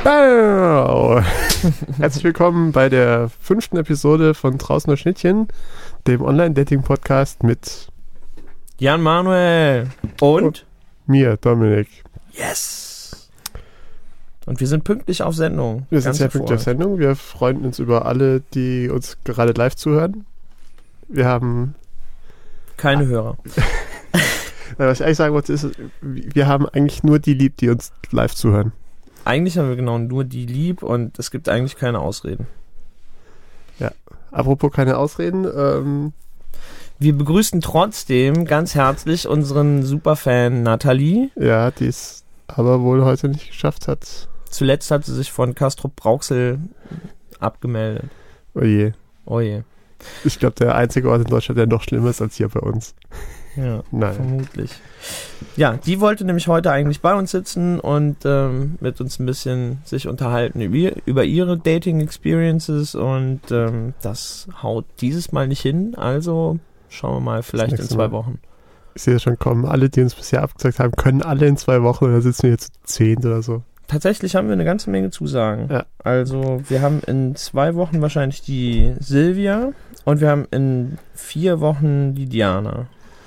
Wow. Herzlich willkommen bei der 5. Episode von Draußen nur Schnittchen, dem Online-Dating-Podcast mit Jan Manuel und mir, Dominik. Yes! Und wir sind pünktlich auf Sendung. Wir sind sehr pünktlich auf Sendung. Wir freuen uns über alle, die uns gerade live zuhören. Wir haben keine Hörer. Was ich eigentlich sagen wollte, ist, wir haben eigentlich nur die lieb, die uns live zuhören. Eigentlich haben wir genau nur die lieb und es gibt eigentlich keine Ausreden. Ja, apropos keine Ausreden. Wir begrüßen trotzdem ganz herzlich unseren Superfan Nathalie. Ja, die es aber wohl heute nicht geschafft hat. Zuletzt hat sie sich von Castrop-Rauxel abgemeldet. Oh je. Oh je. Ich glaube, der einzige Ort in Deutschland, der noch schlimmer ist als hier bei uns. Ja, nein. Vermutlich. Ja, die wollte nämlich heute eigentlich bei uns sitzen und mit uns ein bisschen sich unterhalten über ihre Dating-Experiences und das haut dieses Mal nicht hin, also schauen wir mal, vielleicht in 2 Wochen. Ich sehe das schon kommen. Alle, die uns bisher abgesagt haben, können alle in 2 Wochen oder sitzen wir jetzt 10 oder so. Tatsächlich haben wir eine ganze Menge Zusagen. Ja. Also wir haben in 2 Wochen wahrscheinlich die Silvia und wir haben in 4 Wochen die Diana.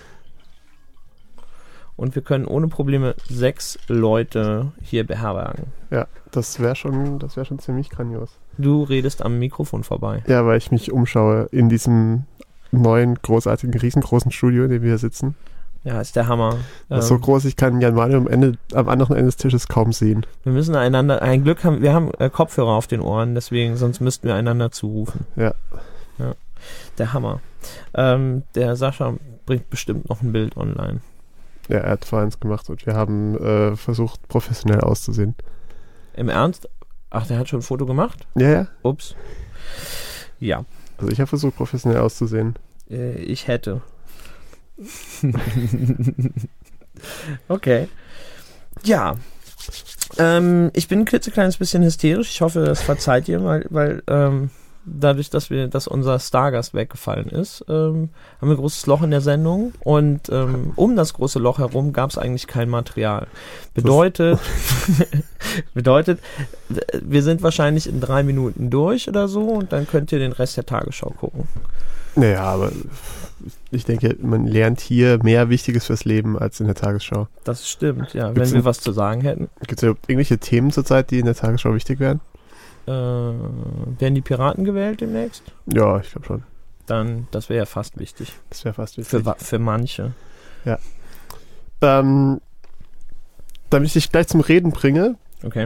Und wir können ohne Probleme 6 Leute hier beherbergen. Ja, das wäre schon ziemlich grandios. Du redest am Mikrofon vorbei. Ja, weil ich mich umschaue in diesem neuen, großartigen, riesengroßen Studio, in dem wir hier sitzen. Ja, ist der Hammer. Das ist so groß, ich kann Jan Manuel am anderen Ende des Tisches kaum sehen. Wir müssen ein Glück haben, wir haben Kopfhörer auf den Ohren, deswegen, sonst müssten wir einander zurufen. Ja. Der Hammer. Der Sascha bringt bestimmt noch ein Bild online. Ja, er hat vorhin gemacht und wir haben versucht, professionell auszusehen. Im Ernst? Ach, der hat schon ein Foto gemacht? Ja. Ups. Ja. Also ich habe versucht, professionell auszusehen. Ich hätte. Okay. Ja. Ich bin ein klitzekleines bisschen hysterisch. Ich hoffe, das verzeiht ihr, weil dadurch, dass unser Stargast weggefallen ist, haben wir ein großes Loch in der Sendung und um das große Loch herum gab es eigentlich kein Material. Bedeutet, wir sind wahrscheinlich in 3 Minuten durch oder so und dann könnt ihr den Rest der Tagesschau gucken. Naja, aber ich denke, man lernt hier mehr Wichtiges fürs Leben als in der Tagesschau. Das stimmt, ja, wenn wir was zu sagen hätten. Gibt es ja irgendwelche Themen zurzeit, die in der Tagesschau wichtig wären? Werden die Piraten gewählt demnächst? Ja, ich glaube schon. Dann, das wäre ja fast wichtig. Das wäre fast wichtig. Für manche. Ja. Damit ich dich gleich zum Reden bringe. Okay.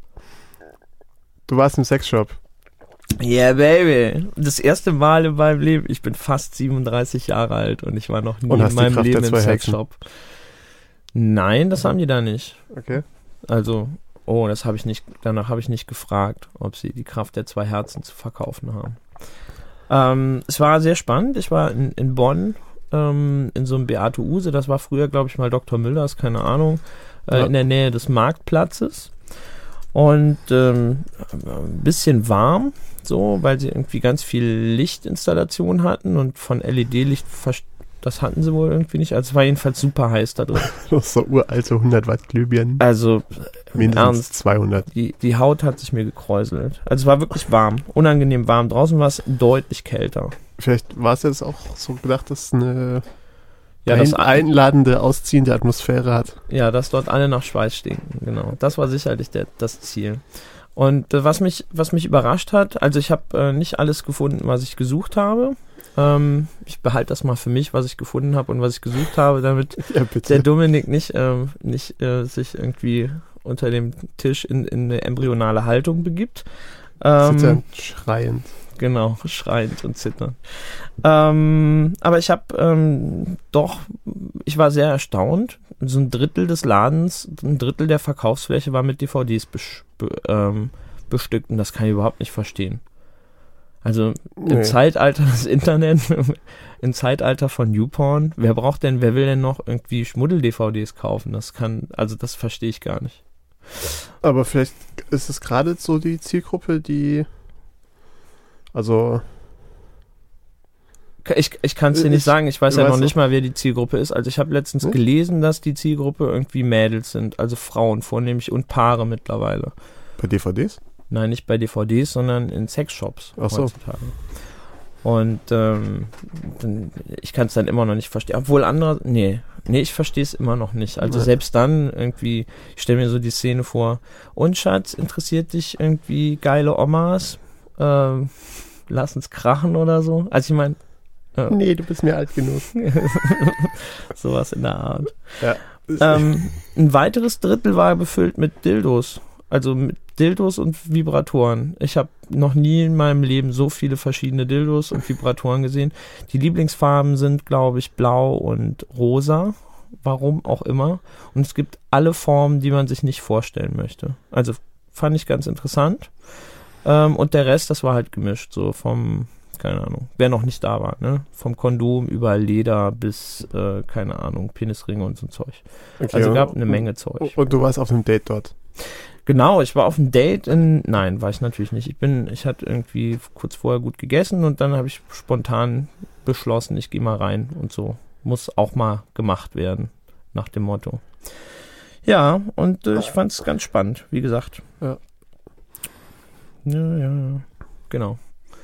Du warst im Sexshop. Yeah, baby. Das erste Mal in meinem Leben. Ich bin fast 37 Jahre alt und ich war noch nie in meinem Leben im Sexshop. Nein, das haben die da nicht. Okay. Also, danach habe ich nicht gefragt, ob sie die Kraft der 2 Herzen zu verkaufen haben. Es war sehr spannend. Ich war in Bonn, in so einem Beate Uhse, das war früher, glaube ich, mal Dr. Müllers, keine Ahnung, in der Nähe des Marktplatzes. Und ein bisschen warm, so, weil sie irgendwie ganz viel Lichtinstallation hatten und von LED-Licht, das hatten sie wohl irgendwie nicht. Also es war jedenfalls super heiß da drin. Das so uralte 100 Watt Glühbirnen. Also mindestens Ernst, 200. Die Haut hat sich mir gekräuselt. Also es war wirklich warm, unangenehm warm. Draußen war es deutlich kälter. Vielleicht war es jetzt auch so gedacht, dass eine einladende, ausziehende Atmosphäre hat. Ja, dass dort alle nach Schweiß stinken, genau. Das war sicherlich das Ziel. Und was mich überrascht hat, also ich habe nicht alles gefunden, was ich gesucht habe. Ich behalte das mal für mich, was ich gefunden habe und was ich gesucht habe, damit der Dominik nicht sich irgendwie unter dem Tisch in eine embryonale Haltung begibt. Zitternd, schreiend. Genau, schreiend und zitternd. Aber ich habe ich war sehr erstaunt. So ein Drittel des Ladens, ein Drittel der Verkaufsfläche war mit DVDs bestückt und das kann ich überhaupt nicht verstehen. Also im Zeitalter des Internet, im Zeitalter von YouPorn, wer will denn noch irgendwie Schmuddel-DVDs kaufen? Das verstehe ich gar nicht. Aber vielleicht ist es gerade so die Zielgruppe, die Ich kann es dir nicht sagen, ich weiß ja noch nicht mal, wer die Zielgruppe ist. Also ich habe letztens gelesen, dass die Zielgruppe irgendwie Mädels sind, also Frauen vornehmlich und Paare mittlerweile. Bei DVDs? Nein, nicht bei DVDs, sondern in Sexshops heutzutage. Und ich kann es dann immer noch nicht verstehen. Obwohl andere, nee, ich verstehe es immer noch nicht. Also selbst dann irgendwie, ich stelle mir so die Szene vor, und Schatz, interessiert dich irgendwie geile Omas? Lass uns krachen oder so. Also ich meine, nee, du bist mir alt genug. sowas in der Art. Ja. Ein weiteres Drittel war befüllt mit Dildos. Also mit Dildos und Vibratoren. Ich habe noch nie in meinem Leben so viele verschiedene Dildos und Vibratoren gesehen. Die Lieblingsfarben sind, glaube ich, blau und rosa. Warum auch immer. Und es gibt alle Formen, die man sich nicht vorstellen möchte. Also fand ich ganz interessant. Und der Rest, das war halt gemischt. So vom, keine Ahnung, wer noch nicht da war, ne? Vom Kondom über Leder bis, keine Ahnung, Penisringe und so ein Zeug. Okay, also gab eine Menge Zeug. Und du warst auf einem Date dort? Genau, ich war auf einem Date nein, war ich natürlich nicht. Ich hatte irgendwie kurz vorher gut gegessen und dann habe ich spontan beschlossen, ich gehe mal rein und so. Muss auch mal gemacht werden, nach dem Motto. Ja, und ich fand es ganz spannend, wie gesagt. Ja. Ja, genau.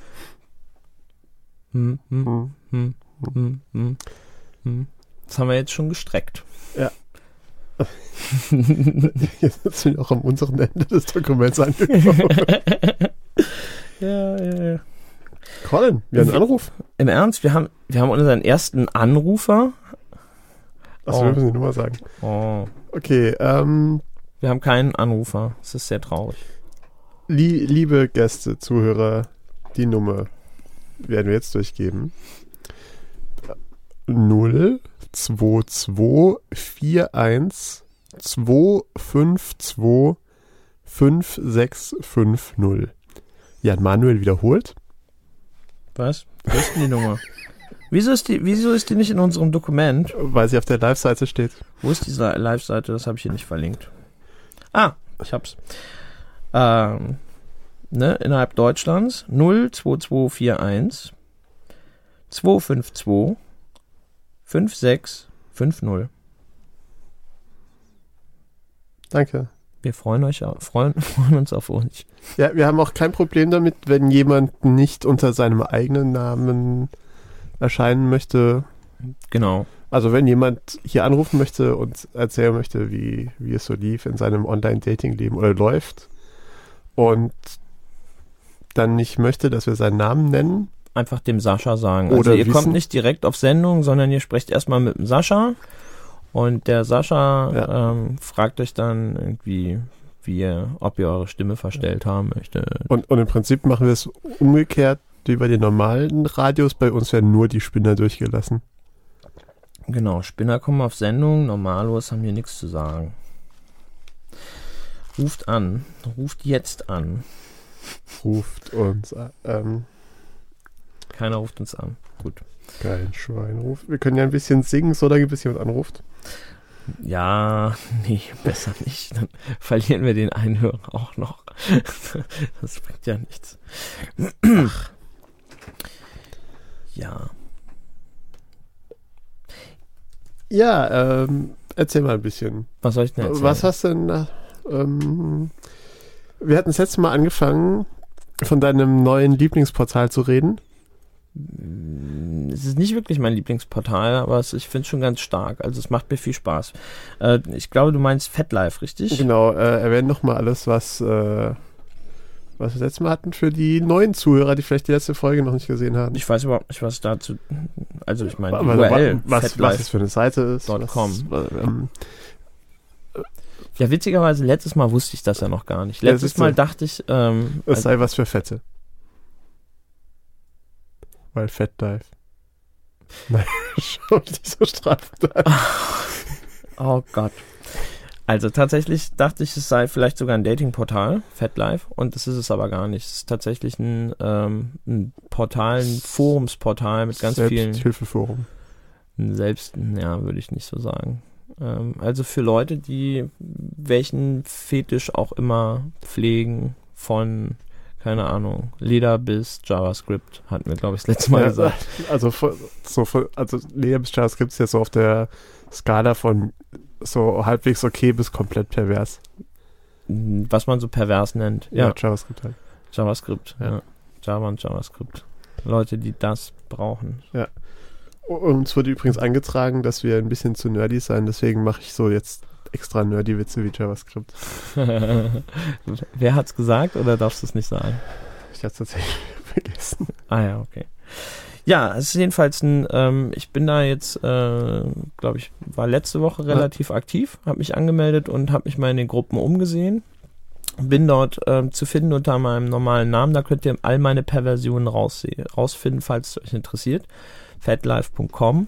Das haben wir jetzt schon gestreckt. Ja. Jetzt sind wir auch am unteren Ende des Dokuments angekommen. Ja. Colin, wir haben einen Anruf. Im Ernst? Wir haben unseren ersten Anrufer. Achso, wir müssen die Nummer sagen. Oh. Okay, wir haben keinen Anrufer. Das ist sehr traurig. Liebe Gäste, Zuhörer, die Nummer werden wir jetzt durchgeben. 02241 252 5650. Jan Manuel wiederholt. Was? Wo ist denn die Nummer? Wieso ist die nicht in unserem Dokument? Weil sie auf der Live-Seite steht. Wo ist diese Live-Seite? Das habe ich hier nicht verlinkt. Ich hab's. Innerhalb Deutschlands 02241 252 5650. Danke. Wir freuen uns auf euch. Ja, wir haben auch kein Problem damit, wenn jemand nicht unter seinem eigenen Namen erscheinen möchte. Genau. Also wenn jemand hier anrufen möchte und erzählen möchte, wie es so lief in seinem Online-Dating-Leben oder läuft und dann nicht möchte, dass wir seinen Namen nennen. Einfach dem Sascha sagen. Oder also ihr kommt nicht direkt auf Sendung, sondern ihr sprecht erstmal mit dem Sascha und der Sascha fragt euch dann irgendwie, ob ihr eure Stimme verstellt haben möchtet. Und im Prinzip machen wir es umgekehrt wie bei den normalen Radios. Bei uns werden nur die Spinner durchgelassen. Genau, Spinner kommen auf Sendung, Normalos haben hier nichts zu sagen. Ruft an. Ruft jetzt an. Ruft uns an. Keiner ruft uns an. Gut. Kein Schwein ruft. Wir können ja ein bisschen singen, so lange bis jemand anruft. Ja, nee, besser nicht. Dann verlieren wir den Einhörer auch noch. Das bringt ja nichts. Ja. Ja, erzähl mal ein bisschen. Was soll ich denn erzählen? Was hast du denn wir hatten das letzte Mal angefangen, von deinem neuen Lieblingsportal zu reden. Es ist nicht wirklich mein Lieblingsportal, aber ich finde es schon ganz stark. Also es macht mir viel Spaß. Ich glaube, du meinst FetLife, richtig? Genau, erwähnen nochmal alles, was wir das letzte Mal hatten für die neuen Zuhörer, die vielleicht die letzte Folge noch nicht gesehen haben. Ich weiß überhaupt nicht, was dazu... Also ich meine, was es für eine Seite ist. .com. Ja, witzigerweise, letztes Mal wusste ich das ja noch gar nicht. Letztes Mal dachte ich... es sei was für Fette. Weil FetLife. Nein, schau mich nicht so strafend an. Oh Gott. Also tatsächlich dachte ich, es sei vielleicht sogar ein Datingportal, FetLife, und das ist es aber gar nicht. Es ist tatsächlich ein Portal, ein Forumsportal mit ganz vielen... Selbsthilfeforum. Würde ich nicht so sagen. Also für Leute, die welchen Fetisch auch immer pflegen, von, keine Ahnung, Leder bis JavaScript, hatten wir, glaube ich, das letzte Mal gesagt. Also Leder bis JavaScript ist ja so auf der Skala von so halbwegs okay bis komplett pervers. was man so pervers nennt. Ja, JavaScript halt. JavaScript, ja. Java und JavaScript. Leute, die das brauchen. Ja. Uns wurde übrigens angetragen, dass wir ein bisschen zu nerdy sein, deswegen mache ich so jetzt extra nerdy Witze wie JavaScript. Wer hat's gesagt oder darfst du es nicht sagen? Ich habe es tatsächlich vergessen. Ah ja, okay. Ja, es ist jedenfalls ich bin da jetzt, glaube ich, war letzte Woche relativ aktiv, habe mich angemeldet und habe mich mal in den Gruppen umgesehen. Bin dort zu finden unter meinem normalen Namen, da könnt ihr all meine Perversionen rausfinden, falls es euch interessiert. fatlife.com.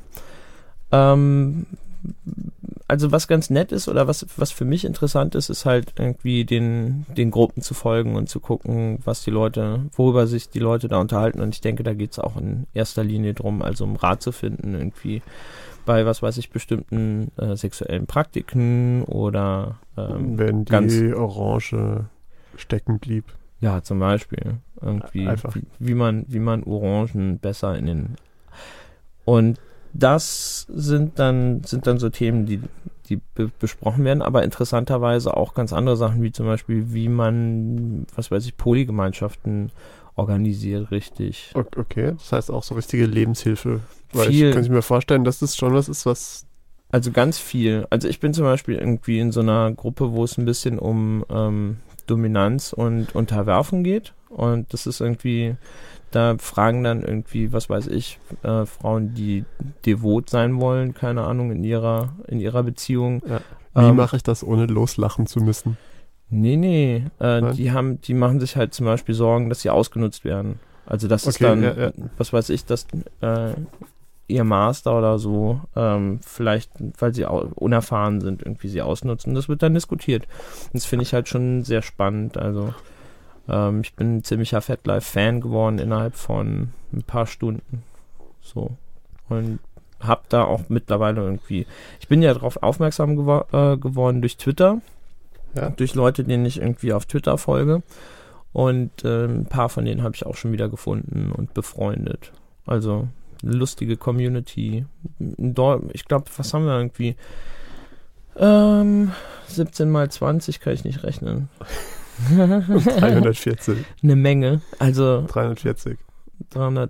Also was ganz nett ist oder was für mich interessant ist, ist halt irgendwie den Gruppen zu folgen und zu gucken, worüber sich die Leute da unterhalten. Und ich denke, da geht es auch in erster Linie drum, also um Rat zu finden, irgendwie bei, was weiß ich, bestimmten sexuellen Praktiken oder wenn die Orange stecken blieb. Ja, zum Beispiel. Irgendwie, einfach. Wie man Orangen besser und das sind dann so Themen, die besprochen werden, aber interessanterweise auch ganz andere Sachen, wie zum Beispiel, wie man, was weiß ich, Polygemeinschaften organisiert, richtig. Okay, das heißt auch so richtige Lebenshilfe. Weil ich könnte mir vorstellen, dass das schon was ist, was... Also ganz viel. Also ich bin zum Beispiel irgendwie in so einer Gruppe, wo es ein bisschen um Dominanz und Unterwerfung geht und das ist irgendwie... Da fragen dann irgendwie, was weiß ich, Frauen, die devot sein wollen, keine Ahnung, in ihrer Beziehung. Ja. Wie mache ich das, ohne loslachen zu müssen? Nee. Die machen sich halt zum Beispiel Sorgen, dass sie ausgenutzt werden. Also das ist dann, was weiß ich, dass ihr Master oder so, vielleicht, weil sie unerfahren sind, irgendwie sie ausnutzen. Das wird dann diskutiert. Und das finde ich halt schon sehr spannend, also... ich bin ein ziemlicher FatLife-Fan geworden innerhalb von ein paar Stunden. So. Und hab da auch mittlerweile irgendwie... Ich bin ja darauf aufmerksam geworden durch Twitter. Ja. Durch Leute, denen ich irgendwie auf Twitter folge. Und ein paar von denen habe ich auch schon wieder gefunden und befreundet. Also eine lustige Community. Ich glaube, was haben wir irgendwie? 17 mal 20 kann ich nicht rechnen. 340. Eine Menge. Also 340. 300.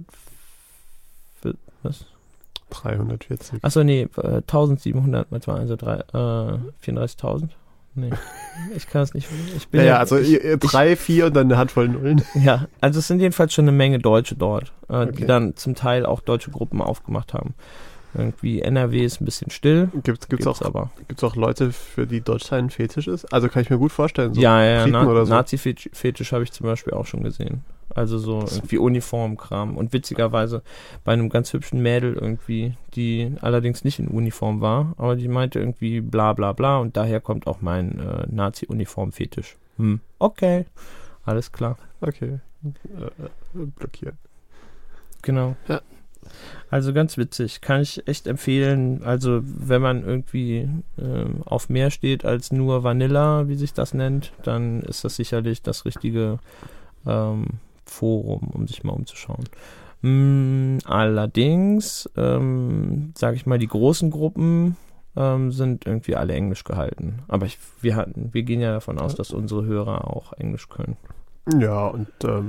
Was? 340. Achso, nee, 1700 mal 2, also 34.000. Nee, ich kann es nicht. Ich bin also 3, 4 und dann eine Handvoll Nullen. Ja, also es sind jedenfalls schon eine Menge Deutsche dort, die dann zum Teil auch deutsche Gruppen aufgemacht haben. Irgendwie NRW ist ein bisschen still. Gibt's auch Leute, für die Deutschland ein Fetisch ist? Also kann ich mir gut vorstellen. So ja, oder so. Nazi-Fetisch habe ich zum Beispiel auch schon gesehen. Also so irgendwie Uniformkram. Und witzigerweise bei einem ganz hübschen Mädel irgendwie, die allerdings nicht in Uniform war, aber die meinte irgendwie bla bla bla und daher kommt auch mein Nazi-Uniform-Fetisch. Okay, alles klar. Okay, blockieren. Genau. Ja. Also ganz witzig, kann ich echt empfehlen. Also wenn man irgendwie auf mehr steht als nur Vanilla, wie sich das nennt, dann ist das sicherlich das richtige Forum, um sich mal umzuschauen. Allerdings, sage ich mal, die großen Gruppen sind irgendwie alle Englisch gehalten. Aber wir gehen ja davon aus, dass unsere Hörer auch Englisch können. Ja, und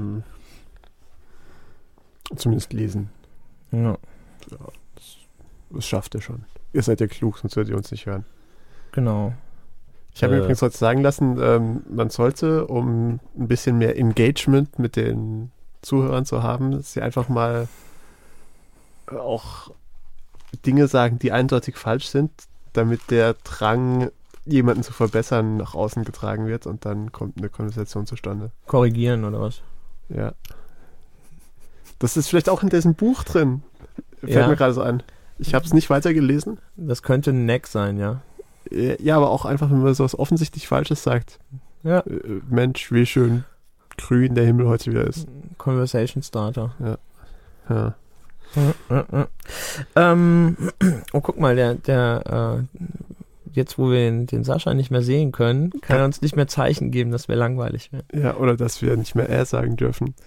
zumindest lesen. Ja. Das schafft ihr schon. Ihr seid ja klug, sonst würdet ihr uns nicht hören. Genau. Ich habe mir übrigens heute sagen lassen, man sollte, um ein bisschen mehr Engagement mit den Zuhörern zu haben, sie einfach mal auch Dinge sagen, die eindeutig falsch sind, damit der Drang, jemanden zu verbessern, nach außen getragen wird und dann kommt eine Konversation zustande. Korrigieren oder was? Ja. Das ist vielleicht auch in diesem Buch drin. Fällt mir gerade so ein. Ich habe es nicht weitergelesen. Das könnte ein Neck sein, ja. Ja, aber auch einfach, wenn man so was offensichtlich Falsches sagt. Ja. Mensch, wie schön grün der Himmel heute wieder ist. Conversation Starter. Ja. Oh, guck mal, der jetzt, wo wir den Sascha nicht mehr sehen können, kann er uns nicht mehr Zeichen geben, dass wir langweilig werden. Ja, oder dass wir nicht mehr sagen dürfen.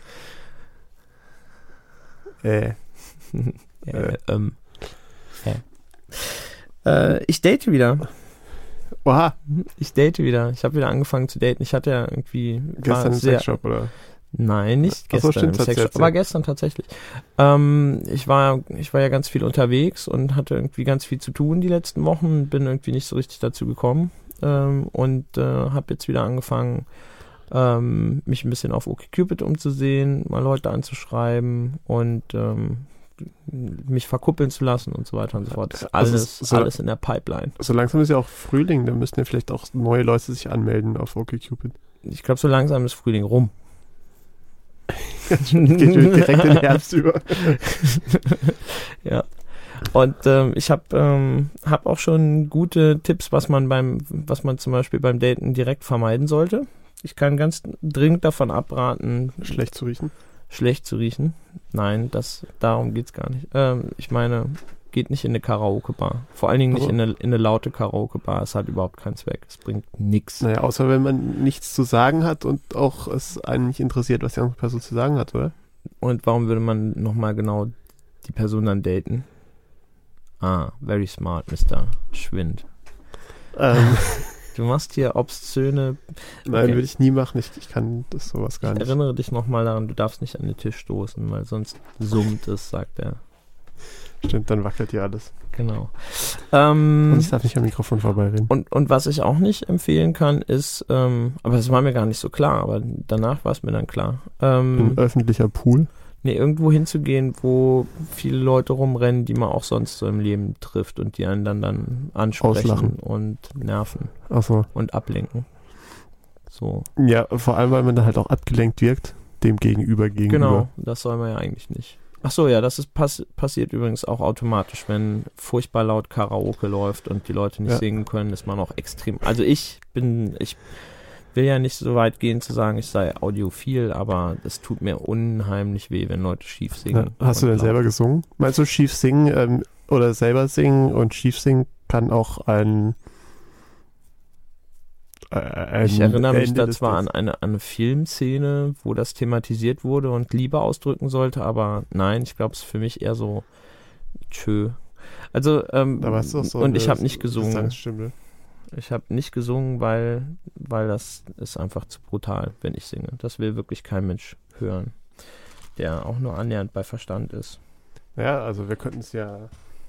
Ich date wieder. Oha, Ich date wieder. Ich habe wieder angefangen zu daten. Ich hatte ja irgendwie... gestern im Sexshop, oder? Nein, nicht Ach so, gestern stimmt, im Sexshop, erzählt, aber ja. gestern tatsächlich. Ich war ja ganz viel unterwegs und hatte irgendwie ganz viel zu tun die letzten Wochen, bin irgendwie nicht so richtig dazu gekommen und habe jetzt wieder angefangen, mich ein bisschen auf OkCupid umzusehen, mal Leute anzuschreiben und mich verkuppeln zu lassen und so weiter und so fort. Das ist Also alles in der Pipeline. So langsam ist ja auch Frühling, da müssten ja vielleicht auch neue Leute sich anmelden auf OkCupid. Ich glaube, so langsam ist Frühling rum. Geht direkt in den Herbst über. Ja. Und ich habe auch schon gute Tipps, was man zum Beispiel beim Daten direkt vermeiden sollte. Ich kann ganz dringend davon abraten, Schlecht zu riechen. schlecht zu riechen. Nein, darum geht's gar nicht. Ich meine, geht nicht in eine Karaoke-Bar. Vor allen Dingen nicht in eine laute Karaoke-Bar. Es hat überhaupt keinen Zweck. Es bringt nichts. Naja, außer wenn man nichts zu sagen hat und auch es einen nicht interessiert, was die andere Person zu sagen hat, oder? Und warum würde man nochmal genau die Person dann daten? Very smart, Mr. Schwind. Du machst hier obszöne... Nein, Okay. würde ich nie machen. Ich kann das sowas gar Ich nicht. erinnere dich nochmal daran, du darfst nicht an den Tisch stoßen, weil sonst summt es, sagt er. Stimmt, dann wackelt ja alles. Genau. Und ich darf nicht am Mikrofon vorbeireden. Und was ich auch nicht empfehlen kann, ist, aber das war mir gar nicht so klar, aber danach war es mir dann klar, Ein öffentlicher Pool. irgendwo hinzugehen, wo viele Leute rumrennen, die man auch sonst so im Leben trifft und die einen dann ansprechen Auslachen. und nerven Achso. und ablenken. So. Ja, vor allem, weil man dann halt auch abgelenkt wirkt, dem Gegenüber. Genau, das soll man ja eigentlich nicht. Ach so, ja, das ist passiert übrigens auch automatisch, wenn furchtbar laut Karaoke läuft und die Leute nicht singen können, ist man auch extrem. Also ich will ja nicht so weit gehen zu sagen, ich sei audiophil, aber es tut mir unheimlich weh, wenn Leute schief singen. Ja, hast du und denn laut. selber gesungen? Meinst du schief singen oder selber singen? Und schief singen kann auch ein Ich erinnere mich Ende da des zwar Textes. an eine Filmszene, wo das thematisiert wurde und Liebe ausdrücken sollte, aber nein, ich glaube, es ist für mich eher so tschö. Also, Da warst du auch so und ich eine habe nicht gesungen. Gesangsstimme. Ich habe nicht gesungen, weil das ist einfach zu brutal, wenn ich singe. Das will wirklich kein Mensch hören, der auch nur annähernd bei Verstand ist. Ja, also wir könnten es ja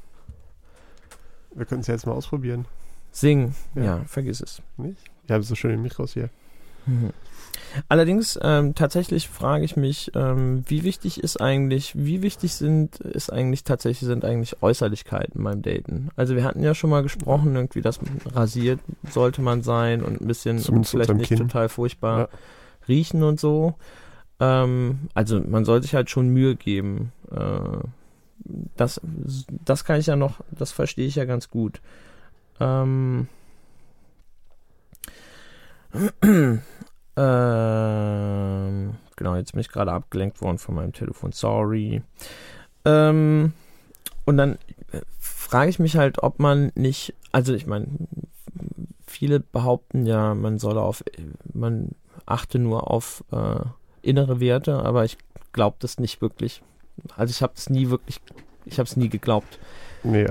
jetzt mal ausprobieren. Singen, Ja. ja, vergiss es. Nicht? Wir haben so schöne Mikros hier. Mhm. Allerdings tatsächlich frage ich mich, wie wichtig sind eigentlich Äußerlichkeiten beim Daten? Also wir hatten ja schon mal gesprochen, irgendwie, dass rasiert sollte man sein und ein bisschen Zumindest vielleicht unterm nicht Kinn. total furchtbar Ja. riechen und so. Also man soll sich halt schon Mühe geben. Das kann ich ja noch, das verstehe ich ja ganz gut. Genau, jetzt bin ich gerade abgelenkt worden von meinem Telefon, sorry. Und dann frage ich mich halt, ob man nicht, also ich meine, viele behaupten ja, man achte nur auf innere Werte, aber ich glaube das nicht wirklich. Also ich habe es nie geglaubt. Nee,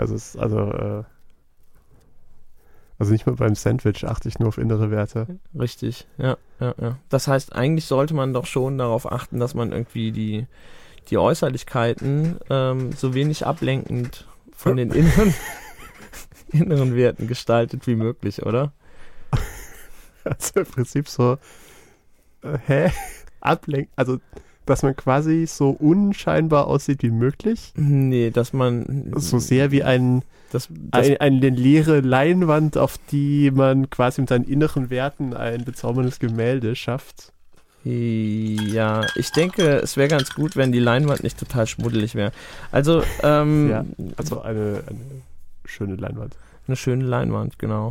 also nicht mal beim Sandwich achte ich nur auf innere Werte. Richtig, ja. Das heißt, eigentlich sollte man doch schon darauf achten, dass man irgendwie die Äußerlichkeiten so wenig ablenkend von den inneren Werten gestaltet wie möglich, oder? Also im Prinzip so, ablenken, also dass man quasi so unscheinbar aussieht wie möglich. Nee, dass man So sehr wie eine leere Leinwand, auf die man quasi mit seinen inneren Werten ein bezauberndes Gemälde schafft. Ja, ich denke, es wäre ganz gut, wenn die Leinwand nicht total schmuddelig wäre. Also, Ja, also eine schöne Leinwand. eine schöne Leinwand, genau.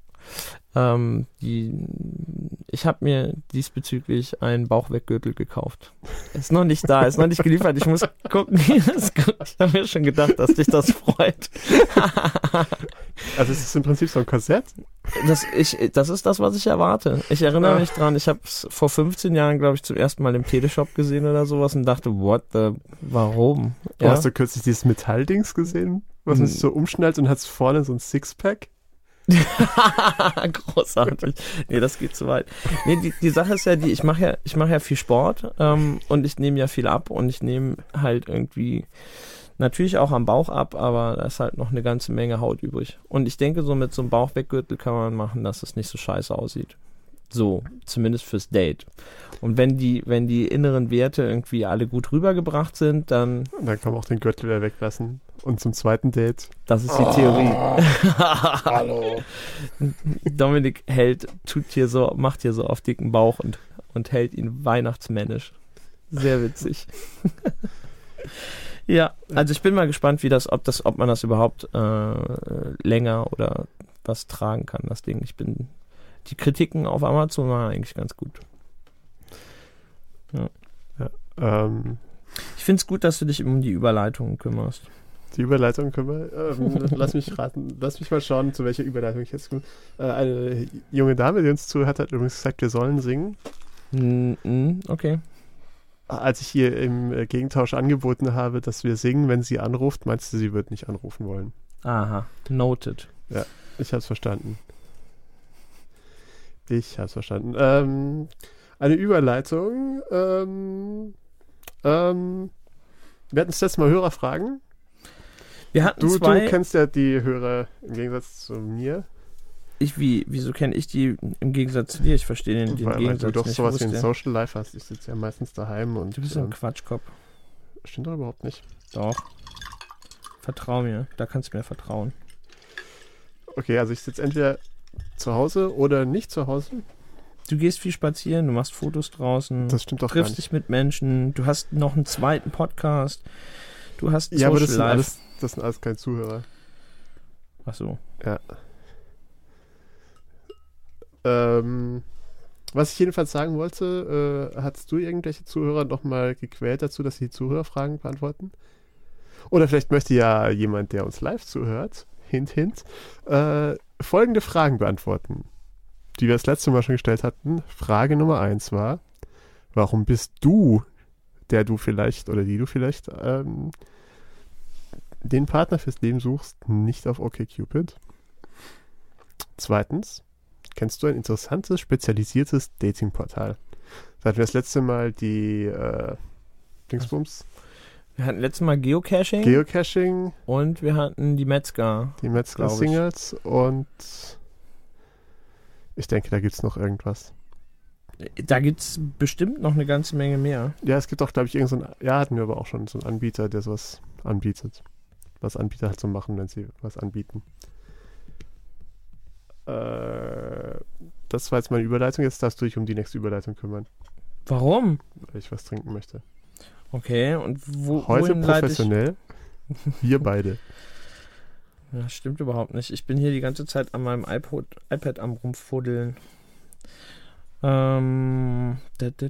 Ich habe mir diesbezüglich einen Bauchweggürtel gekauft. Ist noch nicht da, ist noch nicht geliefert. Ich muss gucken, wie das kommt. Ich habe mir schon gedacht, dass dich das freut. Also es ist im Prinzip so ein Korsett. Das ist das, was ich erwarte. Ich erinnere mich dran, ich habe es vor 15 Jahren, glaube ich, zum ersten Mal im Teleshop gesehen oder sowas und dachte, warum? Hast du kürzlich dieses Metalldings gesehen, was man sich so umschnallt und hat vorne so ein Sixpack? Großartig. Nee, das geht zu weit. Nee, die Sache ist ja die, ich mache ja viel Sport und ich nehme ja viel ab und ich nehme halt irgendwie natürlich auch am Bauch ab, aber da ist halt noch eine ganze Menge Haut übrig. Und ich denke, so mit so einem Bauchweggürtel kann man machen, dass es nicht so scheiße aussieht. So, zumindest fürs Date. Und wenn die inneren Werte irgendwie alle gut rübergebracht sind, dann kann man auch den Gürtel wieder weglassen. Und zum zweiten Date. Das ist die Theorie. Hallo. Dominik macht hier so auf dicken Bauch und hält ihn weihnachtsmännisch. Sehr witzig. Ja, also ich bin mal gespannt, ob man das überhaupt länger oder was tragen kann, das Ding. Die Kritiken auf Amazon waren eigentlich ganz gut. Ja. Ich finde es gut, dass du dich um die Überleitungen kümmerst. Die Überleitung können wir. Lass mich raten. Lass mich mal schauen, zu welcher Überleitung ich jetzt komme. Eine junge Dame, die uns zuhört, hat übrigens gesagt, wir sollen singen. Okay. Als ich ihr im Gegentausch angeboten habe, dass wir singen, wenn sie anruft, meinst du, sie wird nicht anrufen wollen. Aha, noted. Ja, ich hab's verstanden. Eine Überleitung. Wir hatten das letzte Mal Hörerfragen. Wir hatten du zwei. Du kennst ja die Hörer im Gegensatz zu mir. Wieso kenne ich die im Gegensatz zu dir? Ich verstehe den Gegensatz nicht. Weil du doch nicht. sowas wie ein Social Life hast. Ich sitze ja meistens daheim und... Du bist ein Quatschkopf. Stimmt doch überhaupt nicht. Doch. Vertrau mir. Da kannst du mir vertrauen. Okay, also ich sitze entweder zu Hause oder nicht zu Hause. Du gehst viel spazieren, du machst Fotos draußen. Das stimmt doch gar nicht. Triffst dich mit Menschen. Du hast noch einen zweiten Podcast. Du hast ja, Social aber Life. Das sind alles keine Zuhörer. Ach so. Ja. Was ich jedenfalls sagen wollte, hattest du irgendwelche Zuhörer nochmal gequält dazu, dass sie die Zuhörerfragen beantworten? Oder vielleicht möchte ja jemand, der uns live zuhört, hint, folgende Fragen beantworten, die wir das letzte Mal schon gestellt hatten. Frage Nummer 1 war, warum bist du, der du vielleicht oder die du vielleicht den Partner fürs Leben suchst, nicht auf OkCupid? Zweitens, kennst du ein interessantes, spezialisiertes Datingportal? Da hatten wir das letzte Mal die Dingsbums. Wir hatten letztes Mal Geocaching. Geocaching. Und wir hatten die Metzger. Die Metzger-Singles. Und ich denke, da gibt es noch irgendwas. Da gibt es bestimmt noch eine ganze Menge mehr. Ja, es gibt auch, glaube ich, hatten wir aber auch schon so einen Anbieter, der sowas anbietet. Was Anbieter halt so machen, wenn sie was anbieten. Das war jetzt meine Überleitung. Jetzt darfst du dich um die nächste Überleitung kümmern. Warum? Weil ich was trinken möchte. Okay, und heute professionell? Wir beide. Ja, stimmt überhaupt nicht. Ich bin hier die ganze Zeit an meinem iPad am rumfuddeln. Ich bin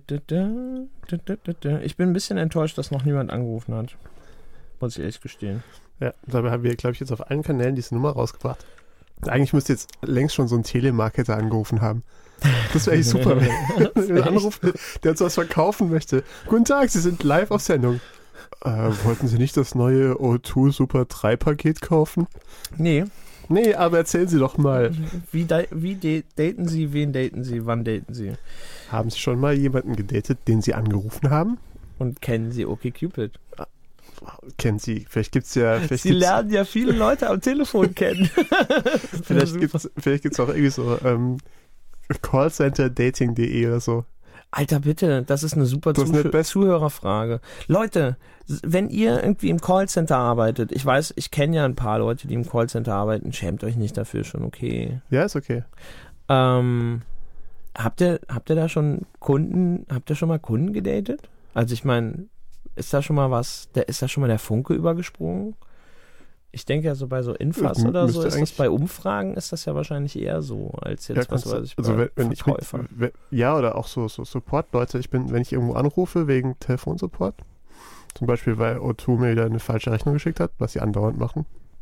ein bisschen enttäuscht, dass noch niemand angerufen hat. Muss ich ehrlich gestehen. Ja, dabei haben wir, glaube ich, jetzt auf allen Kanälen diese Nummer rausgebracht. Eigentlich müsste jetzt längst schon so ein Telemarketer angerufen haben. Das wäre echt super, wenn wir anrufen, der uns was verkaufen möchte. Guten Tag, Sie sind live auf Sendung. Wollten Sie nicht das neue O2 Super 3 Paket kaufen? Nee, aber erzählen Sie doch mal. Wie daten Sie, wen daten Sie, wann daten Sie? Haben Sie schon mal jemanden gedatet, den Sie angerufen haben? Und kennen Sie OkCupid? Kennen Sie, vielleicht gibt es ja... Sie lernen ja viele Leute am Telefon kennen. Vielleicht gibt's auch irgendwie so Callcenter-Dating.de oder so. Alter, bitte, das ist eine super Zuhörerfrage. Leute, wenn ihr irgendwie im Callcenter arbeitet, ich kenne ja ein paar Leute, die im Callcenter arbeiten, schämt euch nicht dafür, schon okay. Ja, ist okay. Habt ihr da schon mal Kunden gedatet? Also ich meine, ist da schon mal der Funke übergesprungen? Ich denke ja so bei so Infas oder so, ist das bei Umfragen ist das ja wahrscheinlich eher so, als jetzt, was weiß ich, bei Verkäufern. Oder auch so Support-Leute, wenn ich irgendwo anrufe wegen Telefonsupport, zum Beispiel, weil O2 mir wieder eine falsche Rechnung geschickt hat, was sie andauernd machen.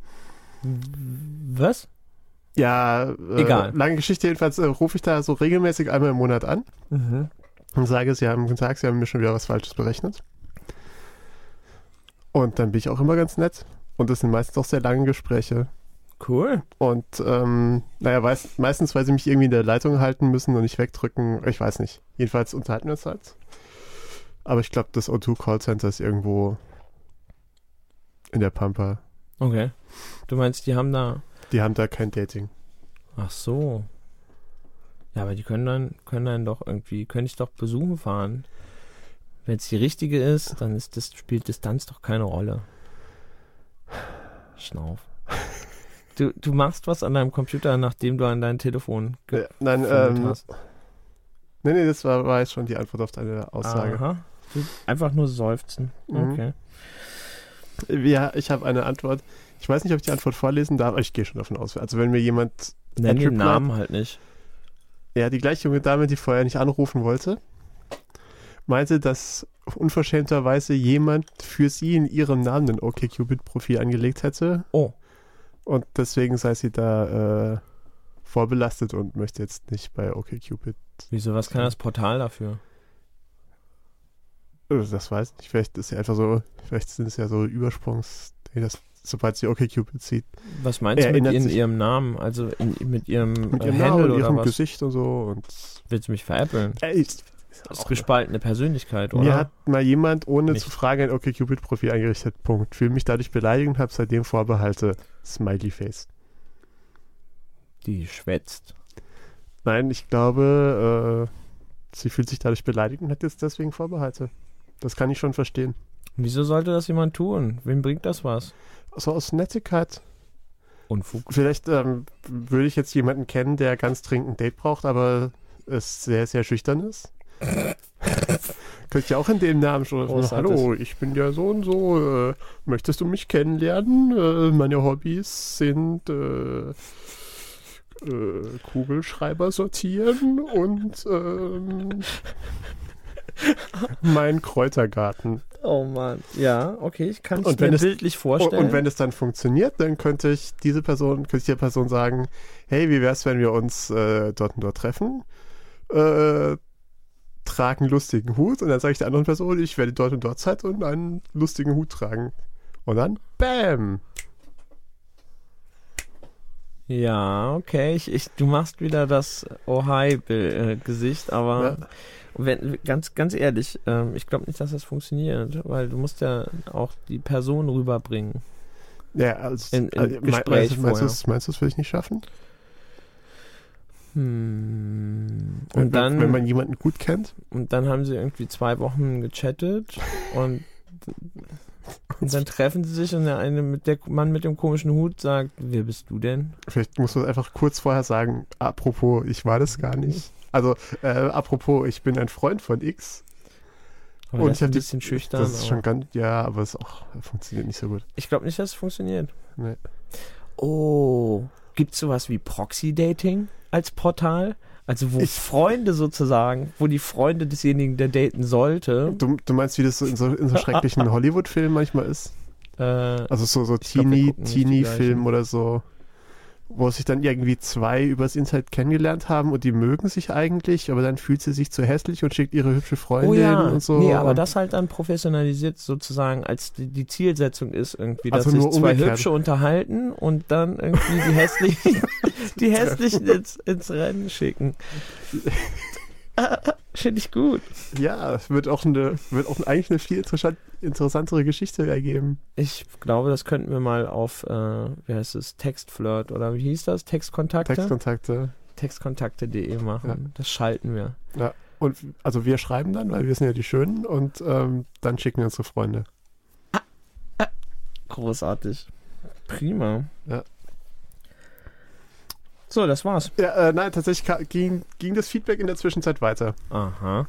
Was? Ja, egal. Lange Geschichte, jedenfalls rufe ich da so regelmäßig einmal im Monat an und sage, Sie haben mir schon wieder was Falsches berechnet. Und dann bin ich auch immer ganz nett. Und das sind meistens auch sehr lange Gespräche. Cool. Und meistens, weil sie mich irgendwie in der Leitung halten müssen und nicht wegdrücken. Ich weiß nicht. Jedenfalls unterhalten wir uns halt. Aber ich glaube, das O2 Callcenter ist irgendwo in der Pampa. Okay. Du meinst, die haben da kein Dating. Ach so. Ja, aber die können dann doch irgendwie, könnte ich doch besuchen fahren. Wenn es die richtige ist, dann spielt Distanz doch keine Rolle. Schnauf. Du machst was an deinem Computer, nachdem du an dein Telefon hast. Nee, das war jetzt schon die Antwort auf deine Aussage. Aha. Einfach nur seufzen. Okay. Ja, ich habe eine Antwort. Ich weiß nicht, ob ich die Antwort vorlesen darf, aber ich gehe schon davon aus. Also wenn mir jemand... Nenn den Namen halt nicht. Ja, die gleiche junge Dame, die vorher nicht anrufen wollte, meinte, dass unverschämterweise jemand für sie in ihrem Namen ein OkCupid-Profil angelegt hätte. Oh. Und deswegen sei sie da vorbelastet und möchte jetzt nicht bei OkCupid. Wieso, was kann das Portal dafür? Das weiß ich nicht. Vielleicht sind es ja so sobald sie OkCupid sieht. Was meinst du mit ihrem Namen? Also mit ihrem Handle Namen oder ihrem was? Gesicht und so. Und willst du mich veräppeln? Das ist gespaltene Persönlichkeit, oder? Mir hat mal jemand ohne zu fragen ein OkCupid-Profil eingerichtet. Punkt. Fühle mich dadurch beleidigt und habe seitdem Vorbehalte. Smiley Face. Die schwätzt. Nein, ich glaube, sie fühlt sich dadurch beleidigt und hat jetzt deswegen Vorbehalte. Das kann ich schon verstehen. Wieso sollte das jemand tun? Wem bringt das was? So aus Nettigkeit. Unfug. Vielleicht würde ich jetzt jemanden kennen, der ganz dringend ein Date braucht, aber es sehr, sehr schüchtern ist. Könnte ich auch in dem Namen schon. Hallo, ich bin ja so und so. Möchtest du mich kennenlernen? Meine Hobbys sind Kugelschreiber sortieren und mein Kräutergarten. Oh Mann. Ja, okay, ich kann es mir bildlich vorstellen. Und wenn es dann funktioniert, dann könnte ich der Person sagen, hey, wie wär's, wenn wir uns dort und dort treffen? Tragen lustigen Hut und dann sage ich der anderen Person, ich werde dort und dort Zeit und einen lustigen Hut tragen. Und dann, bam! Ja, okay, du machst wieder das Oh-Hi-Gesicht, aber ganz ehrlich, ich glaube nicht, dass das funktioniert, weil du musst ja auch die Person rüberbringen. Ja, also in Gespräch meinst du, das will ich nicht schaffen? Und dann, wenn man jemanden gut kennt. Und dann haben sie irgendwie 2 Wochen gechattet und dann treffen sie sich und der Mann mit dem komischen Hut sagt, wer bist du denn? Vielleicht musst du einfach kurz vorher sagen, apropos, ich war das gar nicht. Also, apropos, ich bin ein Freund von X. Aber und das ist ein bisschen schüchtern. Das ist schon ganz, aber es funktioniert nicht so gut. Ich glaube nicht, dass es funktioniert. Nee. Oh, gibt es sowas wie Proxy-Dating als Portal? Also wo Freunde sozusagen, wo die Freunde desjenigen, der daten sollte. Du meinst, wie das so in so schrecklichen Hollywood-Filmen manchmal ist? Also so Teenie-Film oder so, wo sich dann irgendwie 2 übers Internet kennengelernt haben und die mögen sich eigentlich, aber dann fühlt sie sich zu hässlich und schickt ihre hübsche Freundin und so. Nee, aber das halt dann professionalisiert sozusagen, als die Zielsetzung ist irgendwie, dass sich 2 Hübsche unterhalten und dann irgendwie die hässlichen ins Rennen schicken. Finde ich gut. Ja, es wird auch eigentlich eine viel interessantere Geschichte ergeben. Ich glaube, das könnten wir mal auf, wie heißt es, Textflirt oder wie hieß das? Textkontakte.de machen. Ja. Das schalten wir. Ja, und also wir schreiben dann, weil wir sind ja die Schönen und dann schicken wir unsere Freunde. Großartig. Prima. Ja. So, das war's. Ja, nein, tatsächlich ging das Feedback in der Zwischenzeit weiter. Aha.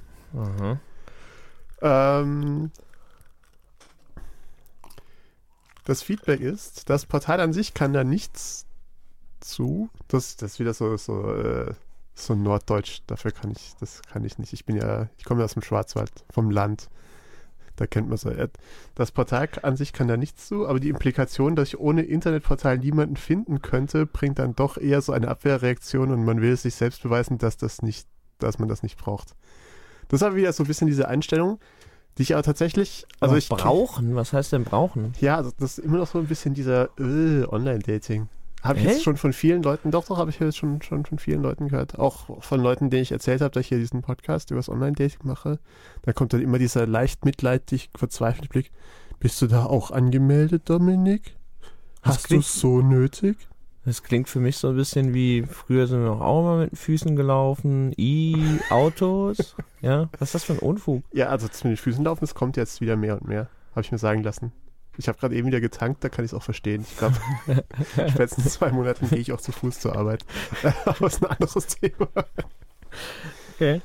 Das Feedback ist, das Portal an sich kann da nichts zu. Das ist wieder so norddeutsch. Das kann ich nicht. Ich komme aus dem Schwarzwald, vom Land. Da kennt man so. Das Portal an sich kann da nichts zu, aber die Implikation, dass ich ohne Internetportal niemanden finden könnte, bringt dann doch eher so eine Abwehrreaktion und man will es sich selbst beweisen, dass man das nicht braucht. Das ist aber wieder so ein bisschen diese Einstellung, die ich aber tatsächlich... brauchen? Was heißt denn brauchen? Ja, also das ist immer noch so ein bisschen dieser Online-Dating. Habe ich jetzt schon von vielen Leuten, doch, habe ich jetzt schon von vielen Leuten gehört. Auch von Leuten, denen ich erzählt habe, dass ich hier diesen Podcast über das Online-Dating mache. Da kommt dann immer dieser leicht mitleidig verzweifelte Blick. Bist du da auch angemeldet, Dominik? Hast du es so nötig? Das klingt für mich so ein bisschen wie, früher sind wir noch auch mal mit den Füßen gelaufen, Autos. Ja, was ist das für ein Unfug? Ja, also das mit den Füßen laufen, das kommt jetzt wieder mehr und mehr. Habe ich mir sagen lassen. Ich habe gerade eben wieder getankt, da kann ich es auch verstehen. Ich glaube, spätestens in 2 Monaten gehe ich auch zu Fuß zur Arbeit. Aber ist ein anderes Thema. Okay.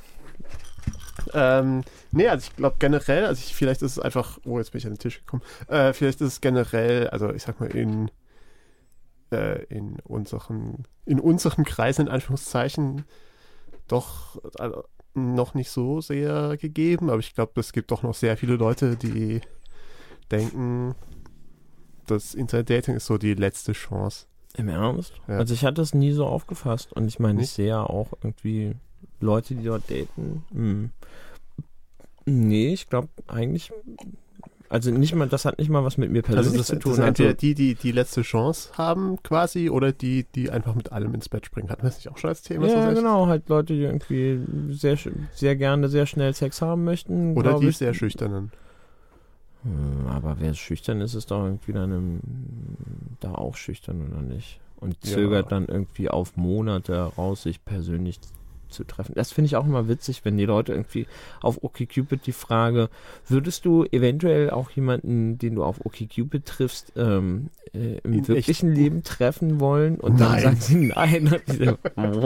Nee, also ich glaube generell, vielleicht ist es einfach, jetzt bin ich an den Tisch gekommen, vielleicht ist es generell, also ich sag mal in unseren Kreisen, in Anführungszeichen, doch noch nicht so sehr gegeben, aber ich glaube, es gibt doch noch sehr viele Leute, die denken, das Internet-Dating ist so die letzte Chance. Im Ernst? Ja. Also ich hatte es nie so aufgefasst und ich meine, Nicht? ich sehe ja auch irgendwie Leute, die dort daten. Nee, ich glaube eigentlich, also nicht mal, das hat nicht mal was mit mir persönlich zu tun. Das sind entweder die letzte Chance haben quasi oder die einfach mit allem ins Bett springen. Hatten wir das nicht auch schon als Thema? Ja, genau, halt Leute, die irgendwie sehr gerne, sehr schnell Sex haben möchten. Oder die sehr schüchternen. Aber wer schüchtern ist, ist doch irgendwie dann da auch schüchtern oder nicht? Und zögert dann irgendwie auf Monate raus, sich persönlich zu treffen. Das finde ich auch immer witzig, wenn die Leute irgendwie auf OkCupid die Frage, würdest du eventuell auch jemanden, den du auf OkCupid triffst, im wirklichen Leben treffen wollen? Und dann sagen sie nein. Und die sagen,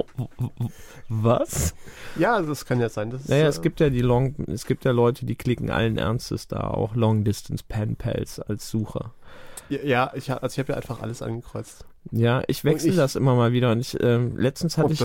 was? Ja, das kann ja sein. Es gibt ja Leute, die klicken allen Ernstes da auch Long Distance Pen Pals als Sucher. Ja, ich habe ja einfach alles angekreuzt. Ja, ich wechsle das immer mal wieder und letztens hatte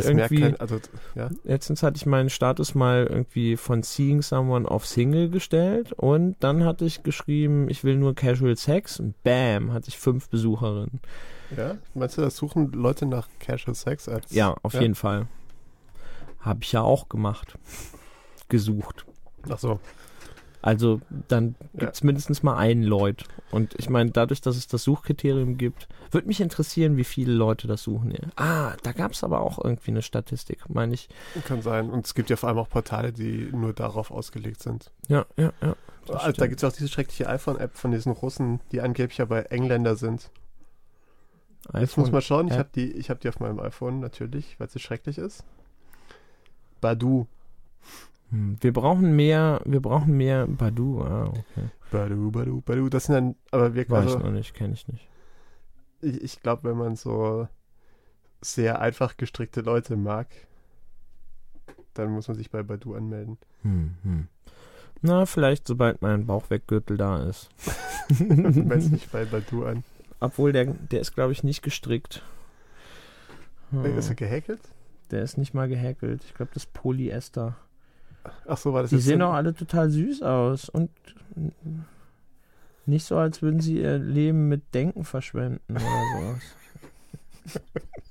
ich meinen Status mal irgendwie von Seeing Someone auf Single gestellt und dann hatte ich geschrieben, ich will nur Casual Sex und bam, hatte ich 5 Besucherinnen. Ja, meinst du, das suchen Leute nach Casual Sex als? Ja, auf jeden Fall. Habe ich ja auch gemacht. Gesucht. Ach so. Also dann gibt es mindestens mal einen Leut. Und ich meine, dadurch, dass es das Suchkriterium gibt, würde mich interessieren, wie viele Leute das suchen. Ja. Da gab es aber auch irgendwie eine Statistik, meine ich. Kann sein. Und es gibt ja vor allem auch Portale, die nur darauf ausgelegt sind. Ja. Also, da gibt es auch diese schreckliche iPhone-App von diesen Russen, die angeblich aber Engländer sind. Jetzt muss man schauen, ich hab die auf meinem iPhone natürlich, weil sie schrecklich ist. Badu. Wir brauchen mehr Badu. Okay. Badu. Das sind dann aber wirklich. Weiß ich noch nicht, kenne ich nicht. Ich glaube, wenn man so sehr einfach gestrickte Leute mag, dann muss man sich bei Badu anmelden. Na, vielleicht sobald mein Bauchweggürtel da ist. Melde dich bei Badu an. Obwohl, der ist, glaube ich, nicht gestrickt. Ist er gehäkelt? Der ist nicht mal gehäkelt. Ich glaube, das ist Polyester. Ach so, war das Die jetzt sehen auch alle total süß aus und nicht so, als würden sie ihr Leben mit Denken verschwenden oder sowas.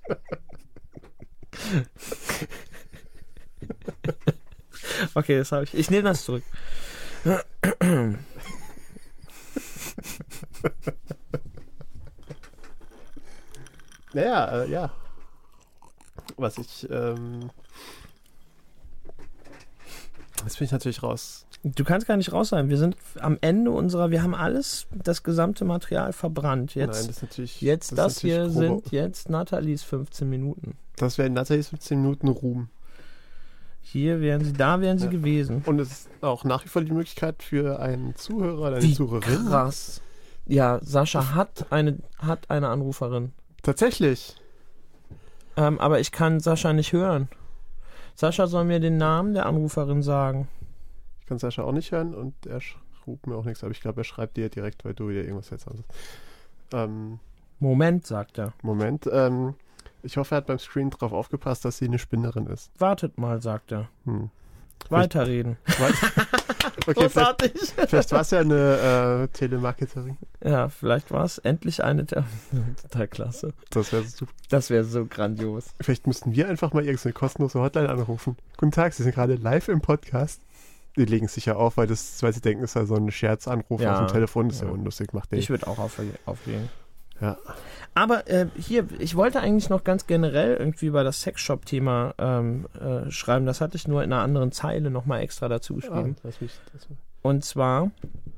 Okay, das habe ich. Ich nehme das zurück. Ja. Was ich, jetzt bin ich natürlich raus. Du kannst gar nicht raus sein. Wir sind am Ende wir haben das gesamte Material verbrannt. Jetzt, Nein, das ist natürlich. Das hier sind jetzt Nathalies 15 Minuten. Das wären Nathalies 15 Minuten Ruhm. Da wären sie gewesen. Und es ist auch nach wie vor die Möglichkeit für einen Zuhörer oder eine Zuhörerin. Krass. Ja, Sascha hat eine Anruferin. Tatsächlich. Aber ich kann Sascha nicht hören. Sascha soll mir den Namen der Anruferin sagen. Ich kann Sascha auch nicht hören und er ruft mir auch nichts, aber ich glaube, er schreibt dir direkt, weil du wieder irgendwas jetzt hast. Moment, sagt er. Moment, ich hoffe, er hat beim Screen drauf aufgepasst, dass sie eine Spinnerin ist. Wartet mal, sagt er. Weiterreden. Okay, großartig. Vielleicht war es ja eine Telemarketerin. Ja, vielleicht war es endlich eine total klasse. Das wäre super. Das wäre so grandios. Vielleicht müssten wir einfach mal irgendeine kostenlose Hotline anrufen. Guten Tag, Sie sind gerade live im Podcast. Die legen es sicher auf, weil sie denken, es ist ja so ein Scherzanruf auf dem Telefon, das ist ja unlustig, macht der. Ich würde auch auflegen. Ja. Aber hier, ich wollte eigentlich noch ganz generell irgendwie über das Sexshop-Thema schreiben. Das hatte ich nur in einer anderen Zeile nochmal extra dazu geschrieben. Und zwar,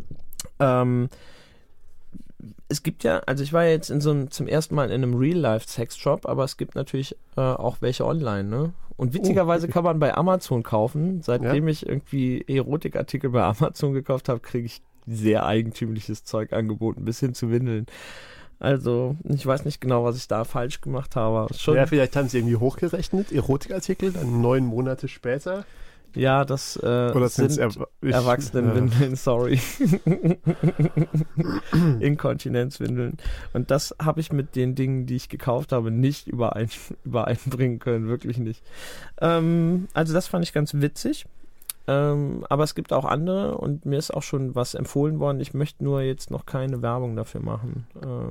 es gibt ja, also ich war ja jetzt zum ersten Mal in einem Real-Life-Sex-Shop, aber es gibt natürlich auch welche online, ne? Und witzigerweise kann man bei Amazon kaufen. Seitdem ich irgendwie Erotikartikel bei Amazon gekauft habe, kriege ich sehr eigentümliches Zeug angeboten, bis hin zu Windeln. Also, ich weiß nicht genau, was ich da falsch gemacht habe. Schon, ja, vielleicht haben sie irgendwie hochgerechnet, Erotikartikel, dann 9 Monate später. Ja, das Oder sind Erwachsenenwindeln, sorry. Inkontinenzwindeln. Und das habe ich mit den Dingen, die ich gekauft habe, nicht übereinbringen können, wirklich nicht. Also das fand ich ganz witzig. Aber es gibt auch andere und mir ist auch schon was empfohlen worden. Ich möchte nur jetzt noch keine Werbung dafür machen.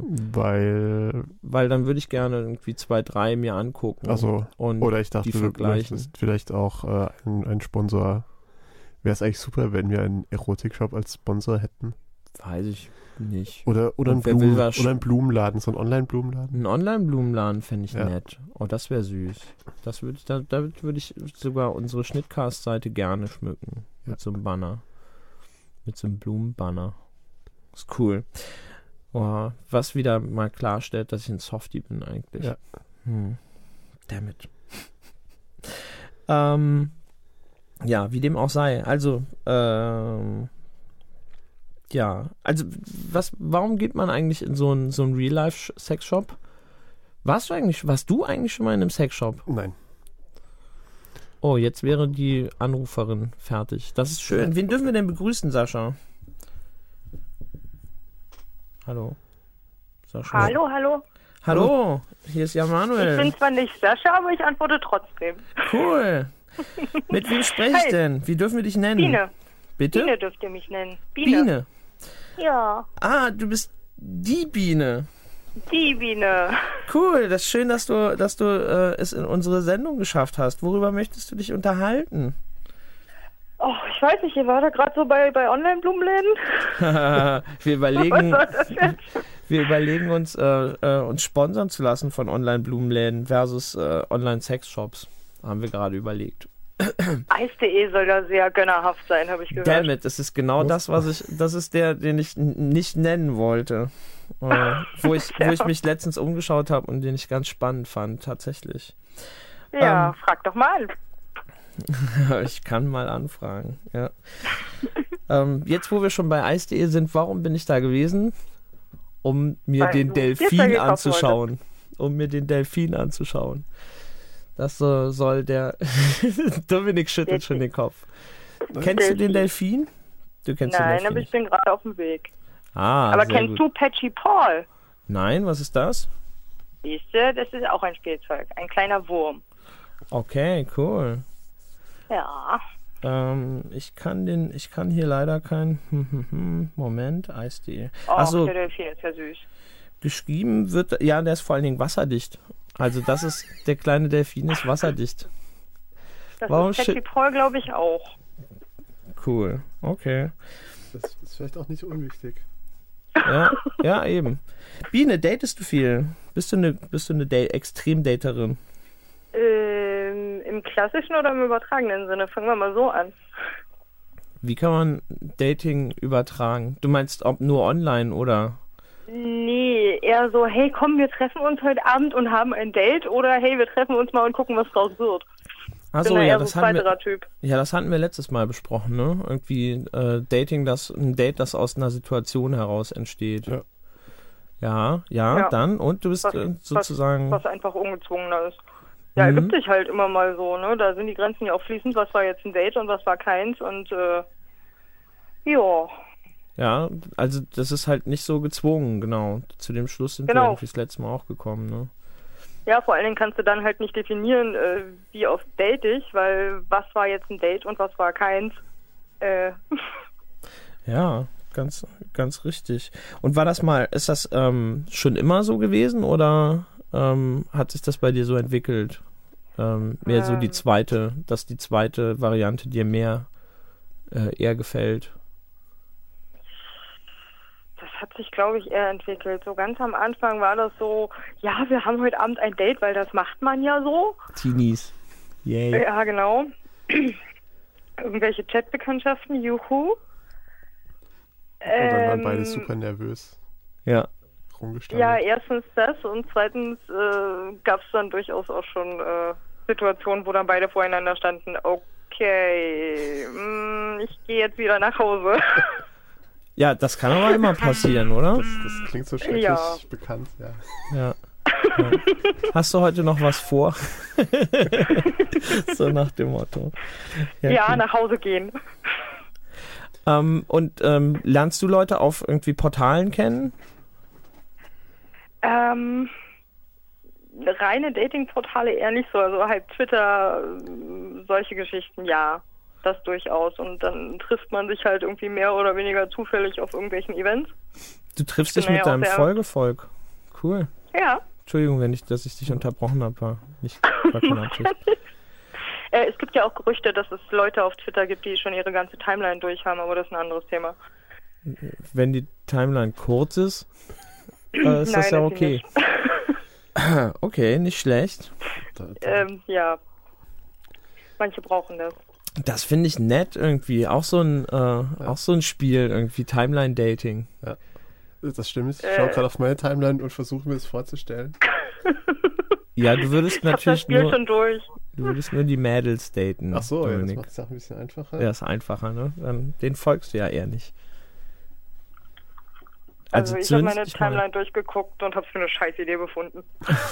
Weil dann würde ich gerne irgendwie 2, 3 mir angucken. Also, und oder ich dachte, die vergleichen. Du vielleicht auch ein Sponsor. Wäre es eigentlich super, wenn wir einen Erotikshop als Sponsor hätten. Weiß ich nicht. Oder ein Blumenladen, so ein Online-Blumenladen. Ein Online-Blumenladen fände ich nett. Oh, das wäre süß. Damit würde ich sogar unsere Schnittcast-Seite gerne schmücken. Mit so einem Banner. Mit so einem Blumenbanner. Ist cool. Oh, was wieder mal klarstellt, dass ich ein Softie bin eigentlich. Ja. Damn it. Ja, wie dem auch sei. Also, warum geht man eigentlich in so einen Real-Life-Sexshop? Warst du eigentlich schon mal in einem Sexshop? Nein. Oh, jetzt wäre die Anruferin fertig. Das ist schön. Wen dürfen wir denn begrüßen, Sascha? Hallo. Sascha. Hallo. Hallo, hier ist Jan-Manuel. Ich bin zwar nicht Sascha, aber ich antworte trotzdem. Cool. Mit wem spreche ich denn? Wie dürfen wir dich nennen? Biene. Bitte? Biene dürft ihr mich nennen. Biene. Ja. Ah, du bist die Biene. Die Biene. Cool, das ist schön, dass du es in unsere Sendung geschafft hast. Worüber möchtest du dich unterhalten? Oh, ich weiß nicht, ihr war da gerade so bei Online-Blumenläden. Wir überlegen, Was soll das jetzt? wir überlegen uns sponsern zu lassen von Online-Blumenläden versus Online-Sex-Shops. Haben wir gerade überlegt. Eis.de soll da sehr gönnerhaft sein, habe ich gehört. Damn it, das ist genau das ist der, den ich nicht nennen wollte. Wo ich mich letztens umgeschaut habe und den ich ganz spannend fand, tatsächlich. Ja, frag doch mal an. Ich kann mal anfragen, ja. Jetzt, wo wir schon bei Eis.de sind, warum bin ich da gewesen? Um mir den Delfin anzuschauen. Das soll der... Dominik schüttelt schon den Kopf. Kennst du den Delfin? Du kennst den Delfin. Nein, aber ich bin gerade auf dem Weg. Ah, aber kennst du Patchy Paul? Nein, was ist das? Siehst du, das ist auch ein Spielzeug. Ein kleiner Wurm. Okay, cool. Ja. Ich kann hier leider kein... Moment, Eis.de. Oh, achso, der Delfin ist ja süß. Geschrieben wird... Ja, der ist vor allen Dingen wasserdicht. Also das ist... Der kleine Delfin ist wasserdicht. Das ist Patchy Paul, glaube ich, auch. Cool, okay. Das ist vielleicht auch nicht unwichtig. Ja, eben. Biene, datest du viel? Bist du eine Extrem-Daterin? Im klassischen oder im übertragenen Sinne? Fangen wir mal so an. Wie kann man Dating übertragen? Du meinst ob nur online oder? Nee, eher so, hey komm, wir treffen uns heute Abend und haben ein Date oder hey, wir treffen uns mal und gucken, was draus wird. Achso, ja, das hatten wir letztes Mal besprochen, ne? Irgendwie ein Date, das aus einer Situation heraus entsteht. Ja, dann. Und du bist sozusagen... Was einfach ungezwungener ist. Ja, ergibt sich halt immer mal so, ne? Da sind die Grenzen ja auch fließend, was war jetzt ein Date und was war keins und ja. Ja, also das ist halt nicht so gezwungen, genau. Zu dem Schluss sind wir irgendwie das letzte Mal auch gekommen, ne? Ja, vor allen Dingen kannst du dann halt nicht definieren, wie oft date ich, weil was war jetzt ein Date und was war keins. Ja, ganz, ganz richtig. Und ist das schon immer so gewesen oder hat sich das bei dir so entwickelt? Mehr so die zweite Variante dir eher gefällt? Das hat sich, glaube ich, eher entwickelt. So ganz am Anfang war das so, ja, wir haben heute Abend ein Date, weil das macht man ja so. Teenies. Yay. Ja, genau. Irgendwelche Chatbekanntschaften, juhu. Und dann waren beide super nervös Ja. rumgestanden. Ja, erstens das und zweitens gab es dann durchaus auch schon Situationen, wo dann beide voreinander standen, okay, ich gehe jetzt wieder nach Hause. Ja, das kann aber immer passieren, oder? Das klingt so schrecklich bekannt, ja. Ja. Hast du heute noch was vor? So nach dem Motto. Ja, cool. nach Hause gehen. Und lernst du Leute auf irgendwie Portalen kennen? Reine Dating-Portale eher nicht so, also halt Twitter, solche Geschichten, ja, das durchaus. Und dann trifft man sich halt irgendwie mehr oder weniger zufällig auf irgendwelchen Events. Du triffst dich mit deinem Folgevolk. Cool. Ja. Entschuldigung, dass ich dich unterbrochen habe. War keine Absicht. Es gibt ja auch Gerüchte, dass es Leute auf Twitter gibt, die schon ihre ganze Timeline durch haben, aber das ist ein anderes Thema. Wenn die Timeline kurz ist, ist das ja okay. Okay, nicht schlecht. Ja. Manche brauchen das. Das finde ich nett irgendwie. Auch so ein Spiel irgendwie, Timeline-Dating. Ja. Das stimmt. Ich schaue gerade auf meine Timeline und versuche mir das vorzustellen. Ja, du würdest natürlich schon durch. Du würdest nur die Mädels daten. Ach so, ja, das Dominik. macht es auch ein bisschen einfacher. Ja, ist einfacher, ne? Den folgst du ja eher nicht. Also ich habe meine Timeline durchgeguckt und habe es für eine Scheißidee befunden.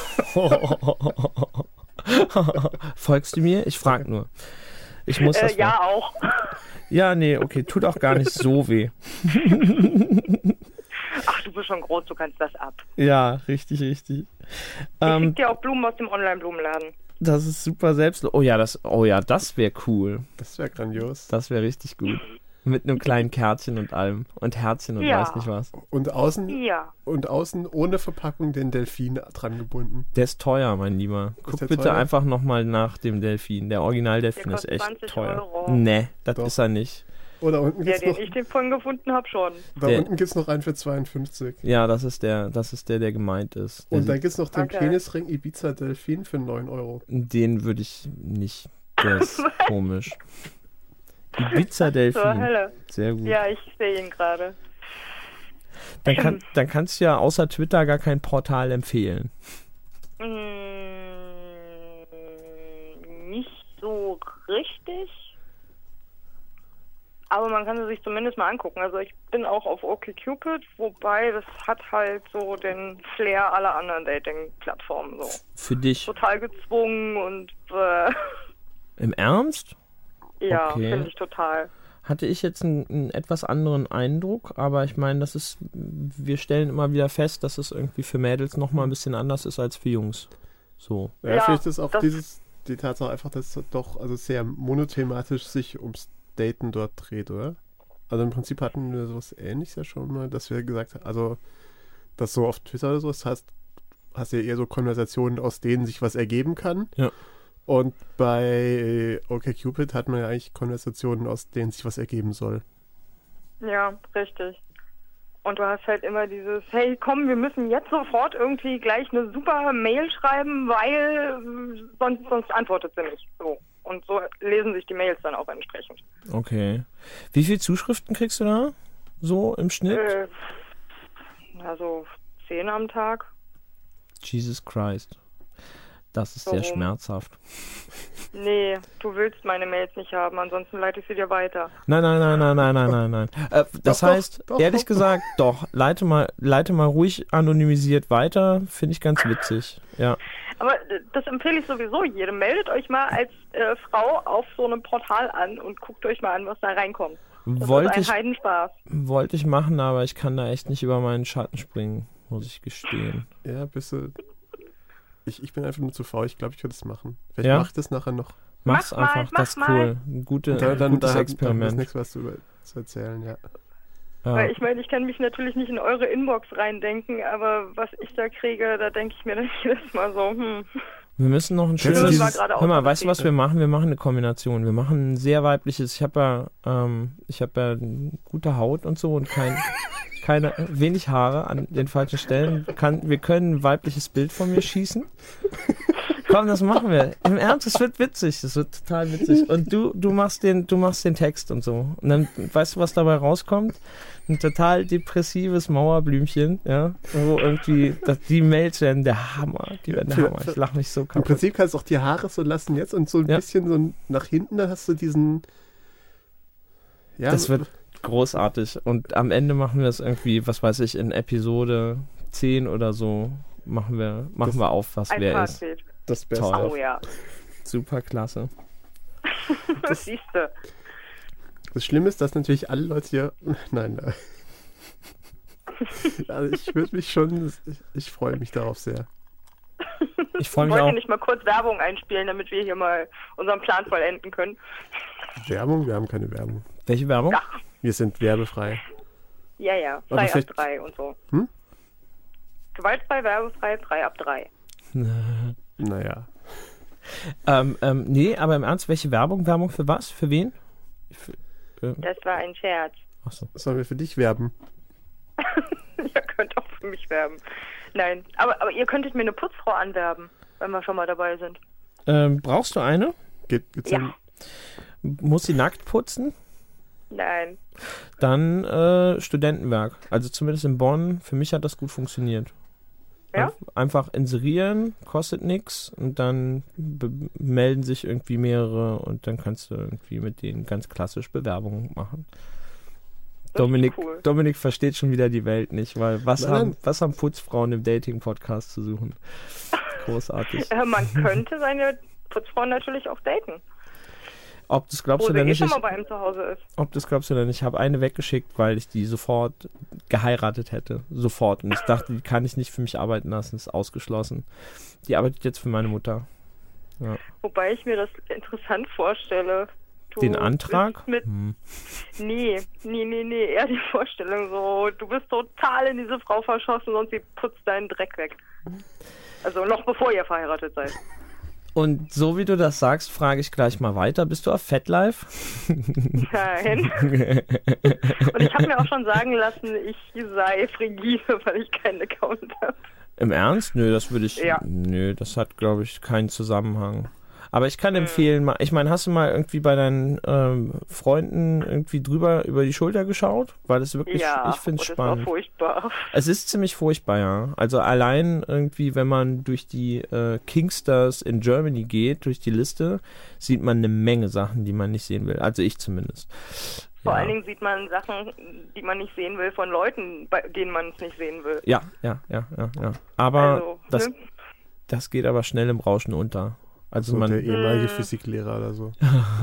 Folgst du mir? Ich frag nur. Ich muss das ja, auch. Ja, nee, okay, tut auch gar nicht so weh. Ach, du bist schon groß, du kannst das ab. Ja, richtig. Ich krieg dir auch Blumen aus dem Online-Blumenladen. Das ist super selbstlos. Oh ja, das wäre cool. Das wäre grandios. Das wäre richtig gut. Mit einem kleinen Kärtchen und allem. Und Herzchen und weiß nicht was. Und außen ohne Verpackung den Delfin dran gebunden. Der ist teuer, mein Lieber. Guck bitte teuer? Einfach nochmal nach dem Delfin. Der Originaldelfin ist echt 20 teuer. Euro. Nee, das ist er nicht. Oder unten gibt's den ich den vorhin gefunden habe schon. Unten gibt es noch einen für 52. Ja, das ist der gemeint ist. Und dann gibt es noch den Penisring Ibiza Delfin für 9 Euro. Den würde ich nicht. Der ist komisch. Ibiza Delfin. Zur Hölle. Sehr gut. Ja, ich sehe ihn gerade. Dann kannst du ja außer Twitter gar kein Portal empfehlen. Nicht so richtig. Aber man kann sie sich zumindest mal angucken. Also ich bin auch auf OkCupid, wobei das hat halt so den Flair aller anderen Dating-Plattformen so. Für dich? Total gezwungen und Im Ernst? Ja, okay. Finde ich total. Hatte ich jetzt einen etwas anderen Eindruck, aber ich meine, wir stellen immer wieder fest, dass es irgendwie für Mädels nochmal ein bisschen anders ist als für Jungs. So. Ja, vielleicht ist auch die Tatsache einfach, dass es doch also sehr monothematisch sich ums Daten dort dreht, oder? Also im Prinzip hatten wir sowas Ähnliches ja schon mal, dass wir gesagt haben, also das so auf Twitter oder so, das heißt, hast ja eher so Konversationen, aus denen sich was ergeben kann. Ja. Und bei OkCupid hat man ja eigentlich Konversationen, aus denen sich was ergeben soll. Ja, richtig. Und du hast halt immer dieses, hey komm, wir müssen jetzt sofort irgendwie gleich eine super Mail schreiben, weil sonst antwortet sie nicht. So. Und so lesen sich die Mails dann auch entsprechend. Okay. Wie viele Zuschriften kriegst du da? So im Schnitt? Also 10 am Tag. Jesus Christ. Das ist sehr schmerzhaft. Nee, du willst meine Mails nicht haben, ansonsten leite ich sie dir weiter. Nein. Das heißt, ehrlich gesagt, doch. Leite mal ruhig anonymisiert weiter, finde ich ganz witzig. Ja. Aber das empfehle ich sowieso jedem. Meldet euch mal als Frau auf so einem Portal an und guckt euch mal an, was da reinkommt. Das ist ein Heidenspaß. Wollte ich machen, aber ich kann da echt nicht über meinen Schatten springen, muss ich gestehen. Ja, bist du... Ich bin einfach nur zu faul. Ich glaube, ich könnte es machen. Vielleicht mache ich das nachher noch. Mach's einfach, das ist cool. Ein gutes Experiment. Dann ist nichts, was zu erzählen, ja. Weil ich meine, ich kann mich natürlich nicht in eure Inbox reindenken, aber was ich da kriege, da denke ich mir dann jedes Mal so, Wir müssen noch ein schönes... Hör mal, weißt du, was wir machen? Wir machen eine Kombination. Wir machen ein sehr weibliches... Ich habe ja gute Haut und so und kein wenig Haare an den falschen Stellen. Wir können ein weibliches Bild von mir schießen. Komm, das machen wir. Im Ernst, es wird witzig. Es wird total witzig. Und du machst den Text und so. Und dann, weißt du, was dabei rauskommt? Ein total depressives Mauerblümchen, ja, wo irgendwie, die Mails werden der Hammer. Die werden der Hammer. Ich lache mich so Im kaputt. Prinzip kannst du auch die Haare so lassen jetzt und so ein bisschen so nach hinten, da hast du diesen... Ja, das wird großartig. Und am Ende machen wir es irgendwie, was weiß ich, in Episode 10 oder so machen wir auf, was wer ist. das Beste. Toll. Oh ja. Super klasse. Das siehst du. Das Schlimme ist, dass natürlich alle Leute hier... Nein. Also ich würde mich schon... Ich freue mich darauf sehr. Ich freue Ich mich wollte auch. nicht mal kurz Werbung einspielen, damit wir hier mal unseren Plan vollenden können. Werbung? Wir haben keine Werbung. Welche Werbung? Ja. Wir sind werbefrei. Ja, Aber frei ab vielleicht- 3 und so. Hm? Gewaltfrei, werbefrei, frei ab 3. Naja. Nee, aber im Ernst, welche Werbung? Werbung für was? Für wen? Das war ein Scherz. Achso. Sollen wir für dich werben? Ihr könnt auch für mich werben. Nein, aber ihr könntet mir eine Putzfrau anwerben, wenn wir schon mal dabei sind. Brauchst du eine? Gibt's Ja. denn- Muss sie nackt putzen? Nein. Dann Studentenwerk. Also zumindest in Bonn. Für mich hat das gut funktioniert. Ja? Einfach inserieren, kostet nichts und dann melden sich irgendwie mehrere und dann kannst du irgendwie mit denen ganz klassisch Bewerbungen machen. Das ist cool. Dominik versteht schon wieder die Welt nicht, weil was Nein. haben Putzfrauen im Dating-Podcast zu suchen? Großartig. Man könnte seine Putzfrau natürlich auch daten. Ob das glaubst Wo du sie oder nicht? schon mal bei ihm zu Hause ist. Ob das glaubst du oder nicht? Ich habe eine weggeschickt, weil ich die sofort geheiratet hätte. Sofort. Und ich dachte, die kann ich nicht für mich arbeiten lassen. Ist ausgeschlossen. Die arbeitet jetzt für meine Mutter. Ja. Wobei ich mir das interessant vorstelle. Du Den Antrag? bist Mit, nee. Eher die Vorstellung so, du bist total in diese Frau verschossen und sie putzt deinen Dreck weg. Also noch bevor ihr verheiratet seid. Und so wie du das sagst, frage ich gleich mal weiter. Bist du auf FetLife? Nein. Und ich habe mir auch schon sagen lassen, ich sei frigide, weil ich keinen Account habe. Im Ernst? Nö, das würde ich... Ja. Nö, das hat, glaube ich, keinen Zusammenhang. Aber ich kann empfehlen, ich meine, hast du mal irgendwie bei deinen Freunden irgendwie drüber über die Schulter geschaut? Weil das wirklich, Ja, ich finde es und das war spannend. furchtbar. Es ist ziemlich furchtbar, ja. Also allein irgendwie, wenn man durch die Kingsters in Germany geht, durch die Liste, sieht man eine Menge Sachen, die man nicht sehen will. Also ich zumindest. Vor allen Dingen sieht man Sachen, die man nicht sehen will, von Leuten, bei denen man es nicht sehen will. Ja. Aber Also, das geht aber schnell im Rauschen unter. Also So der man... ehemalige Physiklehrer oder so.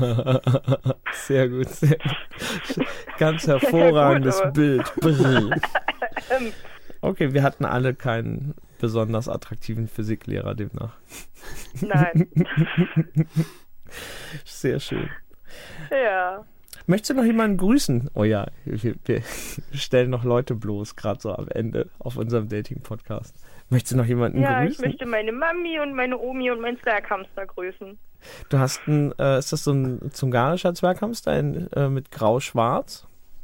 Sehr gut. Ganz hervorragendes aber- Bild. Okay, wir hatten alle keinen besonders attraktiven Physiklehrer demnach. Nein. Sehr schön. Ja. Möchtest du noch jemanden grüßen? Oh ja, wir stellen noch Leute bloß, gerade so am Ende auf unserem Dating-Podcast. Möchtest du noch jemanden Ja, ich grüßen? möchte meine Mami und meine Omi und meinen Zwerghamster grüßen. Du hast ist das so ein zungarischer Zwerghamster mit grau-schwarz?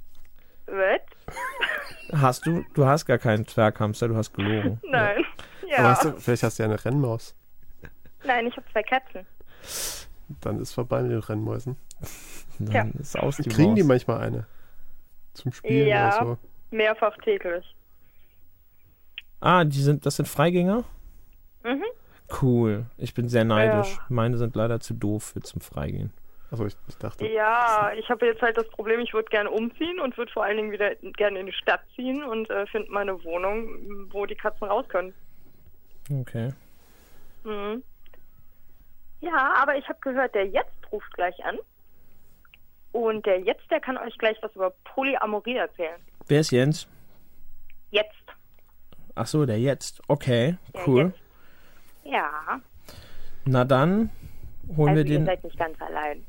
Was? Du hast gar keinen Zwerghamster, du hast gelogen. Nein. Ja. Aber vielleicht hast du ja eine Rennmaus. Nein, ich habe 2 Katzen. Dann ist vorbei mit den Rennmäusen. Dann ist aus die Kriegen die Maus. manchmal eine? Zum Spielen Ja. oder so? Mehrfach täglich. Ah, das sind Freigänger? Mhm. Cool. Ich bin sehr neidisch. Ja. Meine sind leider zu doof für zum Freigehen. Achso, ich dachte. Ja, ich habe jetzt halt das Problem, ich würde gerne umziehen und würde vor allen Dingen wieder gerne in die Stadt ziehen und finde meine Wohnung, wo die Katzen raus können. Okay. Mhm. Ja, aber ich habe gehört, der Jetzt ruft gleich an. Und der Jetzt, der kann euch gleich was über Polyamorie erzählen. Wer ist Jens? Jetzt. Ach so, der Jetzt. Okay, Der cool. Jetzt. Ja, Na dann holen also wir ihr den. seid nicht ganz allein.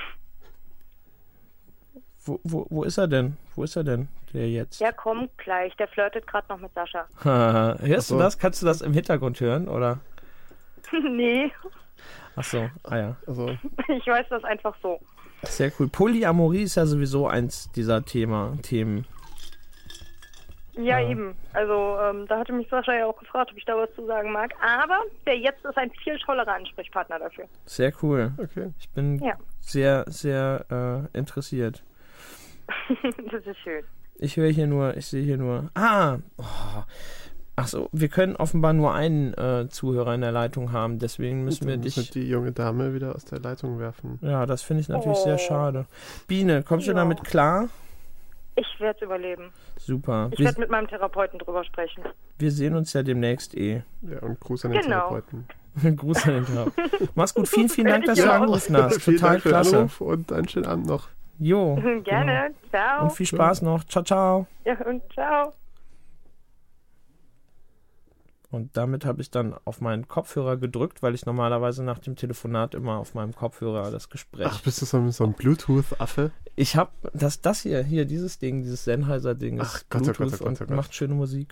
Wo ist er denn? Wo ist er denn, der Jetzt? Der kommt gleich, der flirtet gerade noch mit Sascha. Hörst Ach so. du das? Kannst du das im Hintergrund hören, oder? Nee, Ach so, ja. Also, ich weiß das einfach so. Sehr cool. Polyamorie ist ja sowieso eins dieser Themen. Ja, Ja. eben. Also da hatte mich Sascha ja auch gefragt, ob ich da was zu sagen mag. Aber der jetzt ist ein viel tollerer Ansprechpartner dafür. Sehr cool. Okay. Ich bin Ja. sehr, sehr interessiert. Das ist schön. Ich sehe hier nur. Achso, wir können offenbar nur einen Zuhörer in der Leitung haben, deswegen müssen wir Dann müssen dich. die junge Dame wieder aus der Leitung werfen. Ja, das finde ich natürlich sehr schade. Biene, kommst du Ja. damit klar? Ich werde es überleben. Super. Ich werde mit meinem Therapeuten drüber sprechen. Wir sehen uns ja demnächst eh. Ja, und Gruß an den Genau. Therapeuten. Gruß an den Therapeuten. Mach's gut, vielen Dank, dass du Ja. angerufen hast. Vielen Total Dank für den klasse. Anruf und einen schönen Abend noch. Jo. Gerne. Ciao. Und viel Spaß noch. Ciao, ciao. Ja, und ciao. Und damit habe ich dann auf meinen Kopfhörer gedrückt, weil ich normalerweise nach dem Telefonat immer auf meinem Kopfhörer das Gespräch. Ach, bist du so ein Bluetooth-Affe? Ich habe das hier, dieses Ding, dieses Sennheiser-Ding, Ach ist Gott, oh Gott, Bluetooth oh Gott, oh und Gott. macht schöne Musik.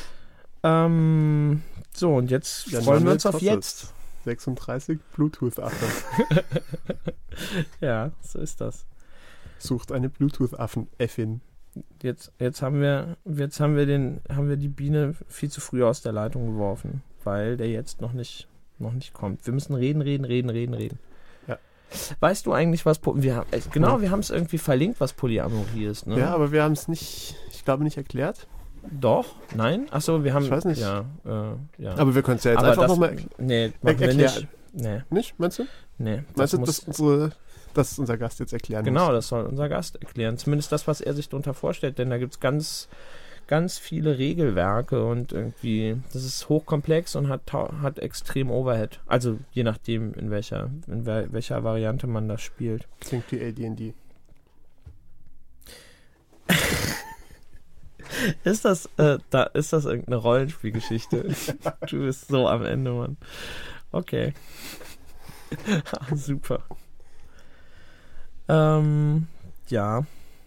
So, und jetzt Ja, freuen wir Manuel uns auf Tostes. jetzt. 36 Bluetooth-Affe. Ja, so ist das. Sucht eine Bluetooth-Affen-Effin. Jetzt haben wir die Biene viel zu früh aus der Leitung geworfen, weil der jetzt noch nicht kommt. Wir müssen reden. Ja. Weißt du eigentlich, was wir haben es irgendwie verlinkt, was Polyamorie ist, ne? Ja, aber wir haben es nicht, ich glaube, nicht erklärt. Doch? Nein? Achso, wir haben. Ich weiß nicht. Ja. Aber wir können es ja jetzt Aber einfach das, nochmal nee, machen wir erklären. nicht. Nicht, meinst du? Nee. Meinst du, muss, dass unser Gast jetzt erklären genau, muss? das soll unser Gast erklären. Zumindest das, was er sich darunter vorstellt, denn da gibt es ganz, ganz viele Regelwerke und irgendwie, das ist hochkomplex und hat extrem Overhead. Also je nachdem, in welcher Variante man das spielt. Klingt wie AD&D. Ist das irgendeine Rollenspielgeschichte? Du bist so am Ende, Mann. Okay. Super. Ja.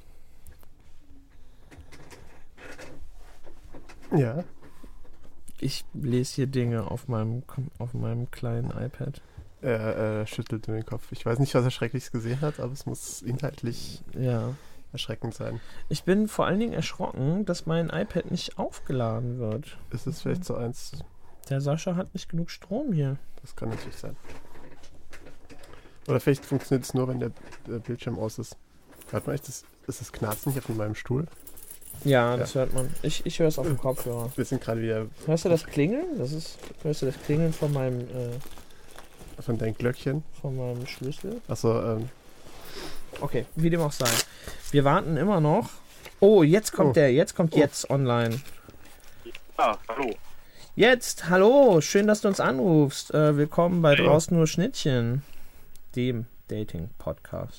Ja. Ich lese hier Dinge auf meinem kleinen iPad. Er schüttelt den Kopf. Ich weiß nicht, was er Schreckliches gesehen hat, aber es muss inhaltlich Ja. erschreckend sein. Ich bin vor allen Dingen erschrocken, dass mein iPad nicht aufgeladen wird. Ist es vielleicht so eins? Der Sascha hat nicht genug Strom hier. Das kann natürlich sein. Oder vielleicht funktioniert es nur, wenn der Bildschirm aus ist. Hört man echt, ist das Knarzen hier von meinem Stuhl? Ja, das hört man. Ich höre es auf dem Kopfhörer. Wir sind gerade wieder Hörst du das Klingeln? Hörst du das Klingeln von meinem von deinem Glöckchen. Schlüssel? Achso, Okay, wie dem auch sei. Wir warten immer noch. Oh, jetzt kommt jetzt online. Ah, hallo. Jetzt, hallo, schön, dass du uns anrufst. Willkommen bei Hey. Draußen nur Schnittchen, dem Dating-Podcast.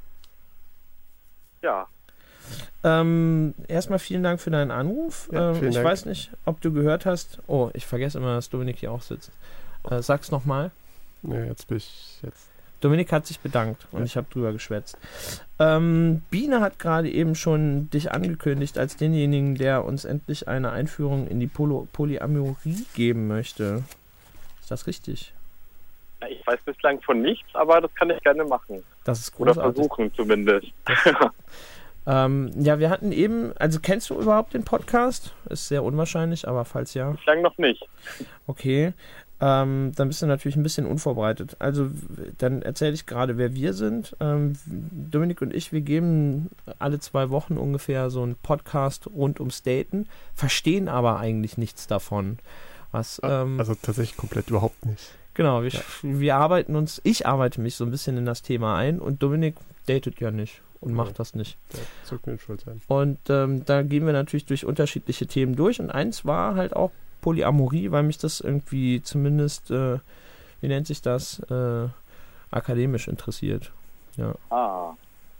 Ja, Erstmal vielen Dank für deinen Anruf. Ja, vielen ich Dank. weiß nicht, ob du gehört hast. Oh, ich vergesse immer, dass Dominik hier auch sitzt. Sag's nochmal. ne, jetzt bin ich jetzt. Dominik hat sich bedankt und Ja. ich habe drüber geschwätzt. Biene hat gerade eben schon dich angekündigt als denjenigen, der uns endlich eine Einführung in die Polyamorie geben möchte. Ist das richtig? ich weiß bislang von nichts, aber das kann ich gerne machen. Das ist Oder großartig. versuchen zumindest. Ja, wir hatten eben, also kennst du überhaupt den Podcast? Ist sehr unwahrscheinlich, aber falls ja, Bislang noch nicht. okay. Dann bist du natürlich ein bisschen unvorbereitet. Also, dann erzähle ich gerade, wer wir sind. Dominik und ich, wir geben alle 2 Wochen ungefähr so einen Podcast rund ums Daten, verstehen aber eigentlich nichts davon. Was, Also tatsächlich komplett überhaupt nicht. genau, ich arbeite mich so ein bisschen in das Thema ein und Dominik datet ja nicht und macht das nicht. Der zuckt mit den Schultern. Und da gehen wir natürlich durch unterschiedliche Themen durch. Und eins war halt auch Polyamorie, weil mich das irgendwie zumindest, wie nennt sich das, akademisch interessiert. Ja. Ah.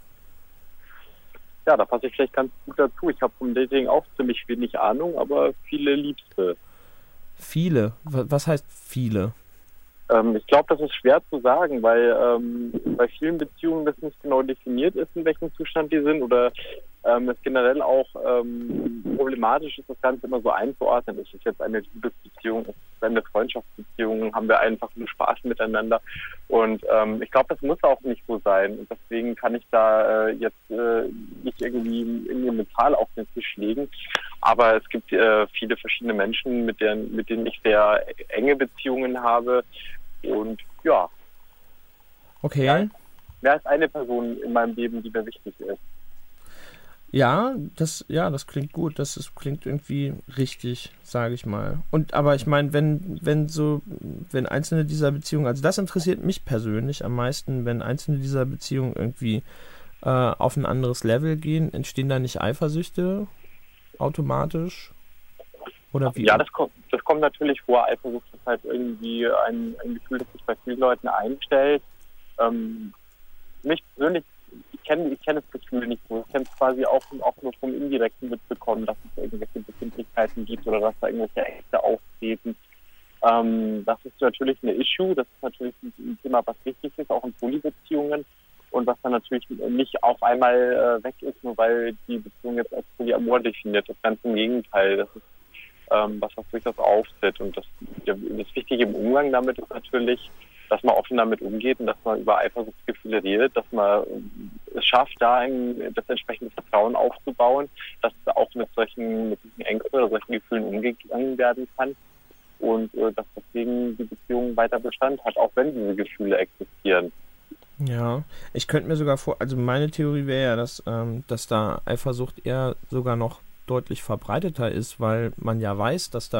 Ja, da passe ich vielleicht ganz gut dazu. Ich habe vom Dating auch ziemlich wenig Ahnung, aber viele Liebste. Viele. Was heißt viele? Ich glaube, das ist schwer zu sagen, weil bei vielen Beziehungen das nicht genau definiert ist, in welchem Zustand die sind oder ist generell auch problematisch ist, das Ganze immer so einzuordnen. Ist es jetzt eine Liebesbeziehung, ist es eine Freundschaftsbeziehung, haben wir einfach nur Spaß miteinander. Und ich glaube, das muss auch nicht so sein. Und deswegen kann ich da jetzt nicht irgendwie eine Zahl auf den Tisch legen. Aber es gibt viele verschiedene Menschen, mit denen ich sehr enge Beziehungen habe. Und ja. Okay. Mehr als eine Person in meinem Leben, die mir wichtig ist. Ja, das klingt gut. Das klingt irgendwie richtig, sage ich mal. Aber ich meine, wenn einzelne dieser Beziehungen, also das interessiert mich persönlich am meisten, wenn einzelne dieser Beziehungen irgendwie auf ein anderes Level gehen, entstehen da nicht Eifersüchte automatisch? Oder wie? Ja, das kommt natürlich vor. Eifersucht ist halt irgendwie ein Gefühl, das sich bei vielen Leuten einstellt. Mich persönlich, ich kenne das Gefühl nicht so. Ich kenne es quasi auch nur vom Indirekten mitbekommen, dass es irgendwelche Befindlichkeiten gibt oder dass da irgendwelche Ängste auftreten. Das ist natürlich eine Issue, das ist natürlich ein Thema, was wichtig ist, auch in Polybeziehungen und was dann natürlich nicht auf einmal weg ist, nur weil die Beziehung jetzt als Polyamor definiert. Das ganz im Gegenteil, das ist was durchaus auftritt. Und das Wichtige im Umgang damit ist natürlich, dass man offen damit umgeht und dass man über Eifersuchtsgefühle redet, dass man es schafft, da das entsprechende Vertrauen aufzubauen, dass auch mit solchen Ängsten oder solchen Gefühlen umgegangen werden kann und dass deswegen die Beziehung weiter Bestand hat, auch wenn diese Gefühle existieren. Ja, ich könnte mir sogar also meine Theorie wäre ja, dass da Eifersucht eher sogar noch deutlich verbreiteter ist, weil man ja weiß, dass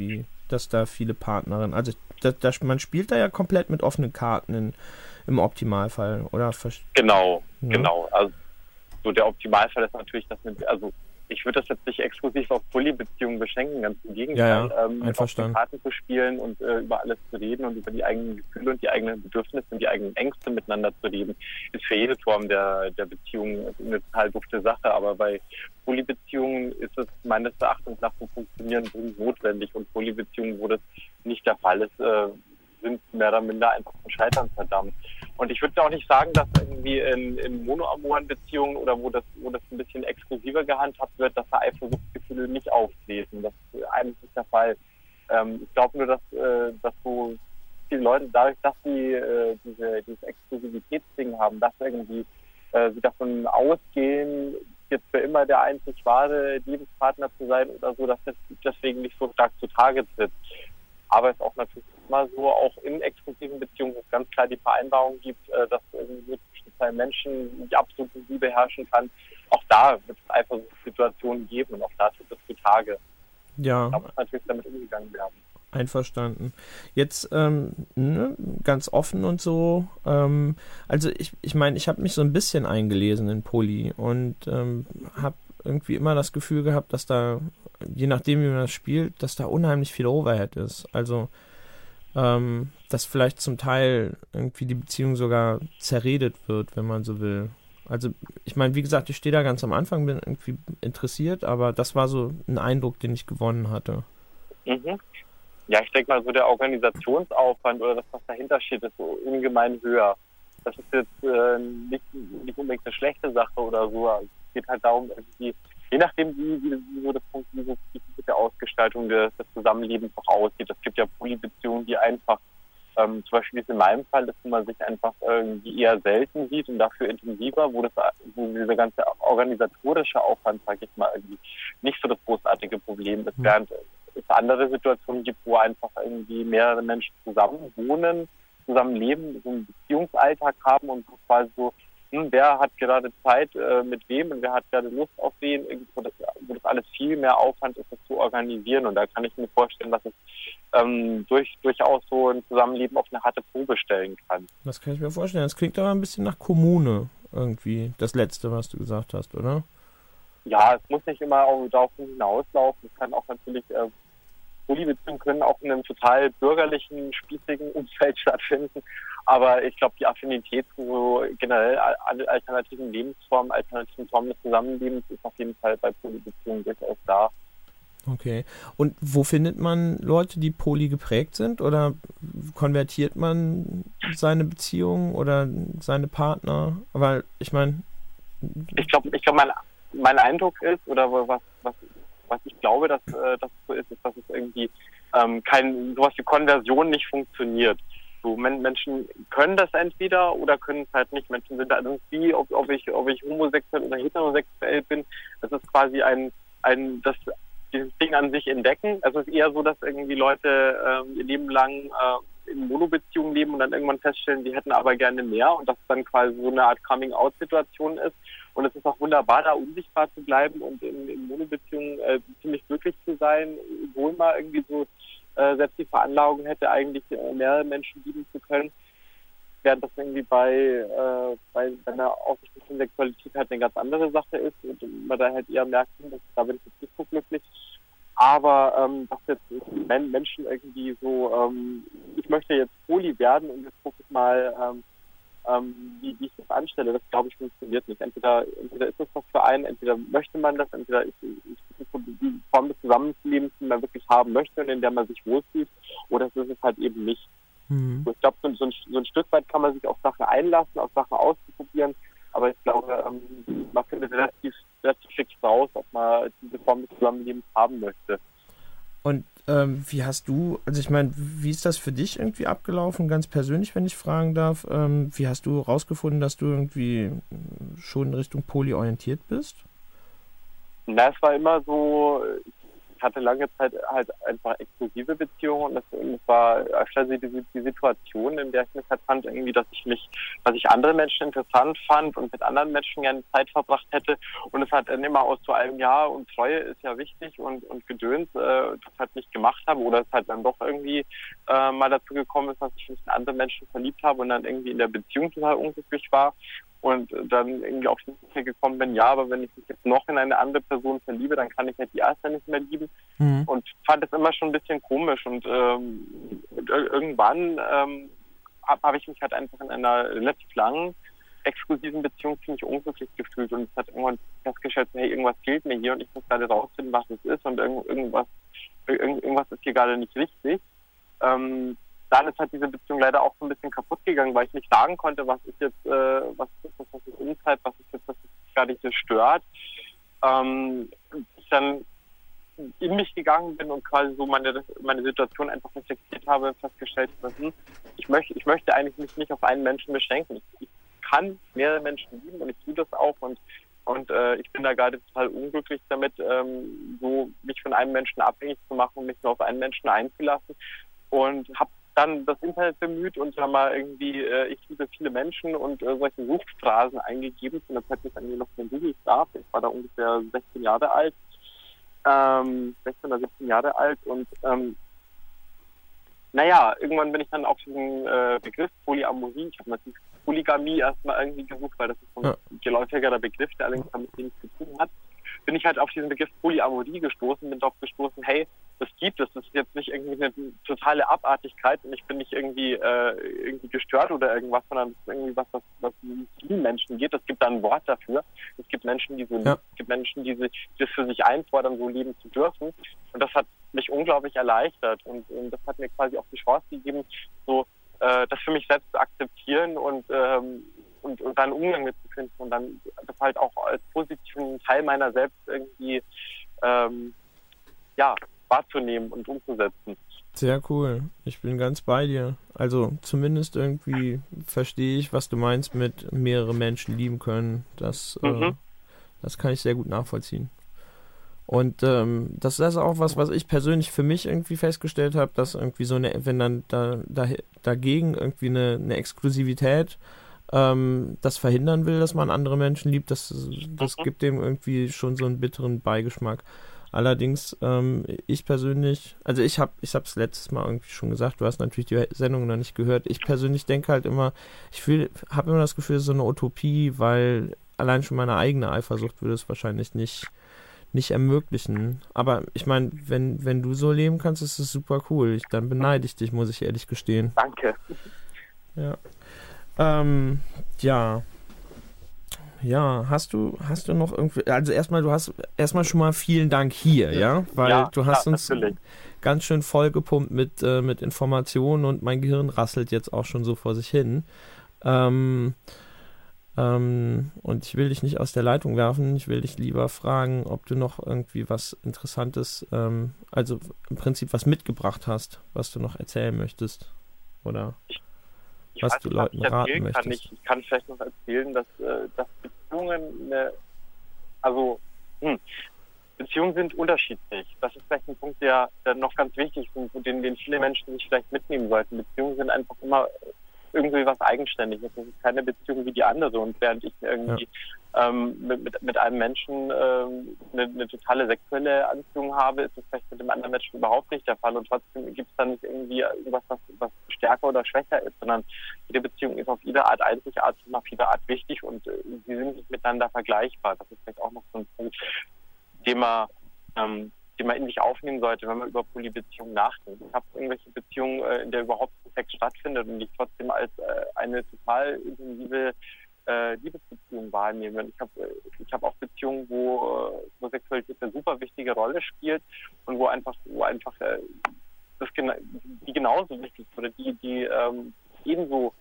da viele Partnerinnen, also man spielt da ja komplett mit offenen Karten im Optimalfall, oder? Genau, ja. Genau. Also so der Optimalfall ist natürlich, dass ich würde das jetzt nicht exklusiv auf Polybeziehungen beschränken, ganz im Gegenteil. Einverstanden. Mit Karten zu spielen und über alles zu reden und über die eigenen Gefühle und die eigenen Bedürfnisse und die eigenen Ängste miteinander zu reden, ist für jede Form der Beziehung eine total dufte Sache. Aber bei Polybeziehungen ist es meines Erachtens nach dem Funktionieren notwendig und Polybeziehungen, wo das nicht der Fall ist, sind mehr oder minder einfach zum Scheitern verdammt. Und ich würde auch nicht sagen, dass irgendwie in monoamoren Beziehungen oder wo das ein bisschen exklusiver gehandhabt wird, dass da Eifersuchtsgefühle nicht auftreten. Das ist eigentlich nicht der Fall. Ich glaube nur, dass so viele Leute, dadurch, dass sie dieses Exklusivitätsding haben, dass irgendwie sie davon ausgehen, jetzt für immer der einzig wahre Lebenspartner zu sein oder so, dass das deswegen nicht so stark zutage tritt. Aber es auch natürlich immer so, auch in exklusiven Beziehungen, wo es ganz klar die Vereinbarung gibt, dass irgendwie zwischen zwei Menschen die absolute Liebe herrschen kann. Auch da wird es Eifersuchtssituationen geben und auch da tritt es zutage. Ja. Da muss natürlich damit umgegangen werden. Einverstanden. Jetzt ganz offen und so. Also ich meine, ich habe mich so ein bisschen eingelesen in Poly und habe irgendwie immer das Gefühl gehabt, dass da, je nachdem wie man das spielt, dass da unheimlich viel Overhead ist. Also dass vielleicht zum Teil irgendwie die Beziehung sogar zerredet wird, wenn man so will. Also ich meine, wie gesagt, ich stehe da ganz am Anfang, bin irgendwie interessiert, aber das war so ein Eindruck, den ich gewonnen hatte. Mhm. Ja, ich denke mal, so der Organisationsaufwand oder das, was dahinter steht, ist so ungemein höher. Das ist jetzt nicht unbedingt eine schlechte Sache oder so. Es geht halt darum, irgendwie, je nachdem, wie so das funktioniert, wie mit der Ausgestaltung des Zusammenlebens auch aussieht. Es gibt ja Polybeziehungen, die einfach, zum Beispiel wie es in meinem Fall ist, wo man sich einfach irgendwie eher selten sieht und dafür intensiver, wo dieser ganze organisatorische Aufwand, sag ich mal, irgendwie nicht so das großartige Problem ist, während es andere Situationen gibt, wo einfach irgendwie mehrere Menschen zusammen wohnen, zusammen leben, so einen Beziehungsalltag haben und quasi so, wer hat gerade Zeit mit wem und wer hat gerade Lust auf wen, wo das alles viel mehr Aufwand ist, das zu organisieren. Und da kann ich mir vorstellen, dass es durchaus so ein Zusammenleben auf eine harte Probe stellen kann. Das kann ich mir vorstellen. Das klingt aber ein bisschen nach Kommune irgendwie, das Letzte, was du gesagt hast, oder? Ja, es muss nicht immer darauf hinauslaufen. Es kann auch natürlich, Polybeziehungen können auch in einem total bürgerlichen, spießigen Umfeld stattfinden. Aber ich glaube, die Affinität zu so generell alternativen Lebensformen, alternativen Formen des Zusammenlebens ist auf jeden Fall bei Polybeziehungen durchaus da. Okay. Und wo findet man Leute, die poly geprägt sind? Oder konvertiert man seine Beziehung oder seine Partner? Weil, ich meine... Ich glaube, mein Eindruck ist, oder was ich glaube, dass das so ist, dass es irgendwie sowas wie Konversion nicht funktioniert. So, Menschen können das entweder oder können es halt nicht. Menschen sind halt irgendwie, ob ich homosexuell oder heterosexuell bin, das ist quasi dieses Ding an sich entdecken. Also es ist eher so, dass irgendwie Leute ihr Leben lang in Monobeziehungen leben und dann irgendwann feststellen, die hätten aber gerne mehr und dass es dann quasi so eine Art Coming-out-Situation ist. Und es ist auch wunderbar, da unsichtbar zu bleiben und in Monobeziehungen ziemlich glücklich zu sein, obwohl man irgendwie so selbst die Veranlagung hätte, eigentlich mehrere Menschen lieben zu können, während das irgendwie bei einer offensichtlichen Sexualität halt eine ganz andere Sache ist und man da halt eher merkt, da bin ich jetzt nicht so glücklich. Aber dass jetzt Menschen irgendwie so, ich möchte jetzt poly werden und jetzt gucke ich mal, wie ich das anstelle, das glaube ich funktioniert nicht. Entweder ist das was für einen, entweder möchte man das, entweder ist die Form des Zusammenlebens, die man wirklich haben möchte und in der man sich wohlfühlt, oder es ist es halt eben nicht. Mhm. Ich glaube, so ein Stück weit kann man sich auf Sachen einlassen, auf Sachen auszuprobieren, aber ich glaube, man findet relativ fix raus, ob man diese Form des Zusammenlebens haben möchte. Und wie hast du, also ich meine, wie ist das für dich irgendwie abgelaufen, ganz persönlich, wenn ich fragen darf? Wie hast du rausgefunden, dass du irgendwie schon in Richtung Poly orientiert bist? Na, es war immer so, ich hatte lange Zeit halt einfach exklusive Beziehungen und es war öfter die Situation, in der ich mich halt fand, irgendwie, dass ich andere Menschen interessant fand und mit anderen Menschen gerne Zeit verbracht hätte und es hat dann immer aus so einem Jahr und Treue ist ja wichtig und Gedöns, das halt nicht gemacht habe oder es halt dann doch irgendwie mal dazu gekommen ist, dass ich mich in andere Menschen verliebt habe und dann irgendwie in der Beziehung total unglücklich war. Und dann irgendwie auf die Idee gekommen bin, ja, aber wenn ich mich jetzt noch in eine andere Person verliebe, dann kann ich halt die erste nicht mehr lieben. Mhm. Und fand es immer schon ein bisschen komisch. Und irgendwann habe ich mich halt einfach in einer relativ langen, exklusiven Beziehung ziemlich unglücklich gefühlt. Und es hat irgendwann festgestellt, hey, irgendwas fehlt mir hier und ich muss gerade rausfinden, was es ist. Und irgendwas ist hier gerade nicht richtig. Dann ist halt diese Beziehung leider auch so ein bisschen kaputt gegangen, weil ich nicht sagen konnte, was ist jetzt, was ist Unzeit, was ist jetzt, was mich gerade so stört. Ich dann in mich gegangen bin und quasi so meine Situation einfach reflektiert habe, festgestellt habe, ich möchte eigentlich mich nicht auf einen Menschen beschränken. Ich kann mehrere Menschen lieben und ich tue das auch und ich bin da gerade total unglücklich damit, so mich von einem Menschen abhängig zu machen und mich nur auf einen Menschen einzulassen und habe dann das Internet bemüht und da mal irgendwie, ich liebe viele Menschen und solche Suchphrasen eingegeben. Und das hat mich dann noch von Google Star. Ich war da ungefähr 16 Jahre alt. 16 oder 17 Jahre alt und irgendwann bin ich dann auf diesen Begriff Polyamorie, ich habe natürlich Polygamie erstmal irgendwie gesucht, weil das ist so ein geläufigerer Begriff, der allerdings damit nichts zu tun hat. Bin ich halt auf diesen Begriff Polyamorie gestoßen, bin darauf gestoßen, hey, das gibt es, das ist jetzt nicht irgendwie eine totale Abartigkeit und ich bin nicht irgendwie gestört oder irgendwas, sondern das ist irgendwie was vielen Menschen geht. Es gibt da ein Wort dafür. Es gibt Menschen, die so leben, es gibt Menschen, die das für sich einfordern, so leben zu dürfen. Und das hat mich unglaublich erleichtert und das hat mir quasi auch die Chance gegeben, so das für mich selbst zu akzeptieren und dann Umgang mit zu finden und dann das halt auch als positiven Teil meiner selbst irgendwie wahrzunehmen und umzusetzen. Sehr cool. Ich bin ganz bei dir. Also zumindest irgendwie verstehe ich, was du meinst mit mehrere Menschen lieben können. Das kann ich sehr gut nachvollziehen. Und das ist auch was ich persönlich für mich irgendwie festgestellt habe, dass irgendwie so eine, wenn dann dagegen irgendwie eine Exklusivität das verhindern will, dass man andere Menschen liebt, das gibt dem irgendwie schon so einen bitteren Beigeschmack. Allerdings, ich persönlich, also ich hab's letztes Mal irgendwie schon gesagt, du hast natürlich die Sendung noch nicht gehört, ich persönlich denke halt immer, habe immer das Gefühl, es ist so eine Utopie, weil allein schon meine eigene Eifersucht würde es wahrscheinlich nicht ermöglichen. Aber ich meine, wenn du so leben kannst, ist es super cool. Dann beneide ich dich, muss ich ehrlich gestehen. Danke. Ja. Ja, hast du noch irgendwie, also du hast erstmal schon mal vielen Dank hier, ja? Weil du hast uns natürlich ganz schön vollgepumpt mit Informationen und mein Gehirn rasselt jetzt auch schon so vor sich hin. Und ich will dich nicht aus der Leitung werfen. Ich will dich lieber fragen, ob du noch irgendwie was Interessantes, also im Prinzip was mitgebracht hast, was du noch erzählen möchtest. Oder was du Leuten raten möchtest. Ich kann vielleicht noch erzählen, dass Beziehungen Beziehungen sind unterschiedlich. Das ist vielleicht ein Punkt, der noch ganz wichtig ist und den viele Menschen sich vielleicht mitnehmen sollten. Beziehungen sind einfach immer irgendwie was Eigenständiges. Das ist keine Beziehung wie die andere. Und während ich irgendwie mit einem Menschen eine totale sexuelle Anziehung habe, ist das vielleicht mit dem anderen Menschen überhaupt nicht der Fall. Und trotzdem gibt es dann nicht irgendwie irgendwas, was stärker oder schwächer ist, sondern jede Beziehung ist auf jede Art einzigartig und auf jede Art wichtig und sie sind nicht miteinander vergleichbar. Das ist vielleicht auch noch so ein Punkt, den man in sich aufnehmen sollte, wenn man über Polybeziehungen nachdenkt. Ich habe irgendwelche Beziehungen, in der überhaupt kein Sex stattfindet und die ich trotzdem als eine total intensive Liebesbeziehung wahrnehme. Ich hab auch Beziehungen, wo Sexualität eine super wichtige Rolle spielt und wo einfach die genauso wichtig ist oder die ebenso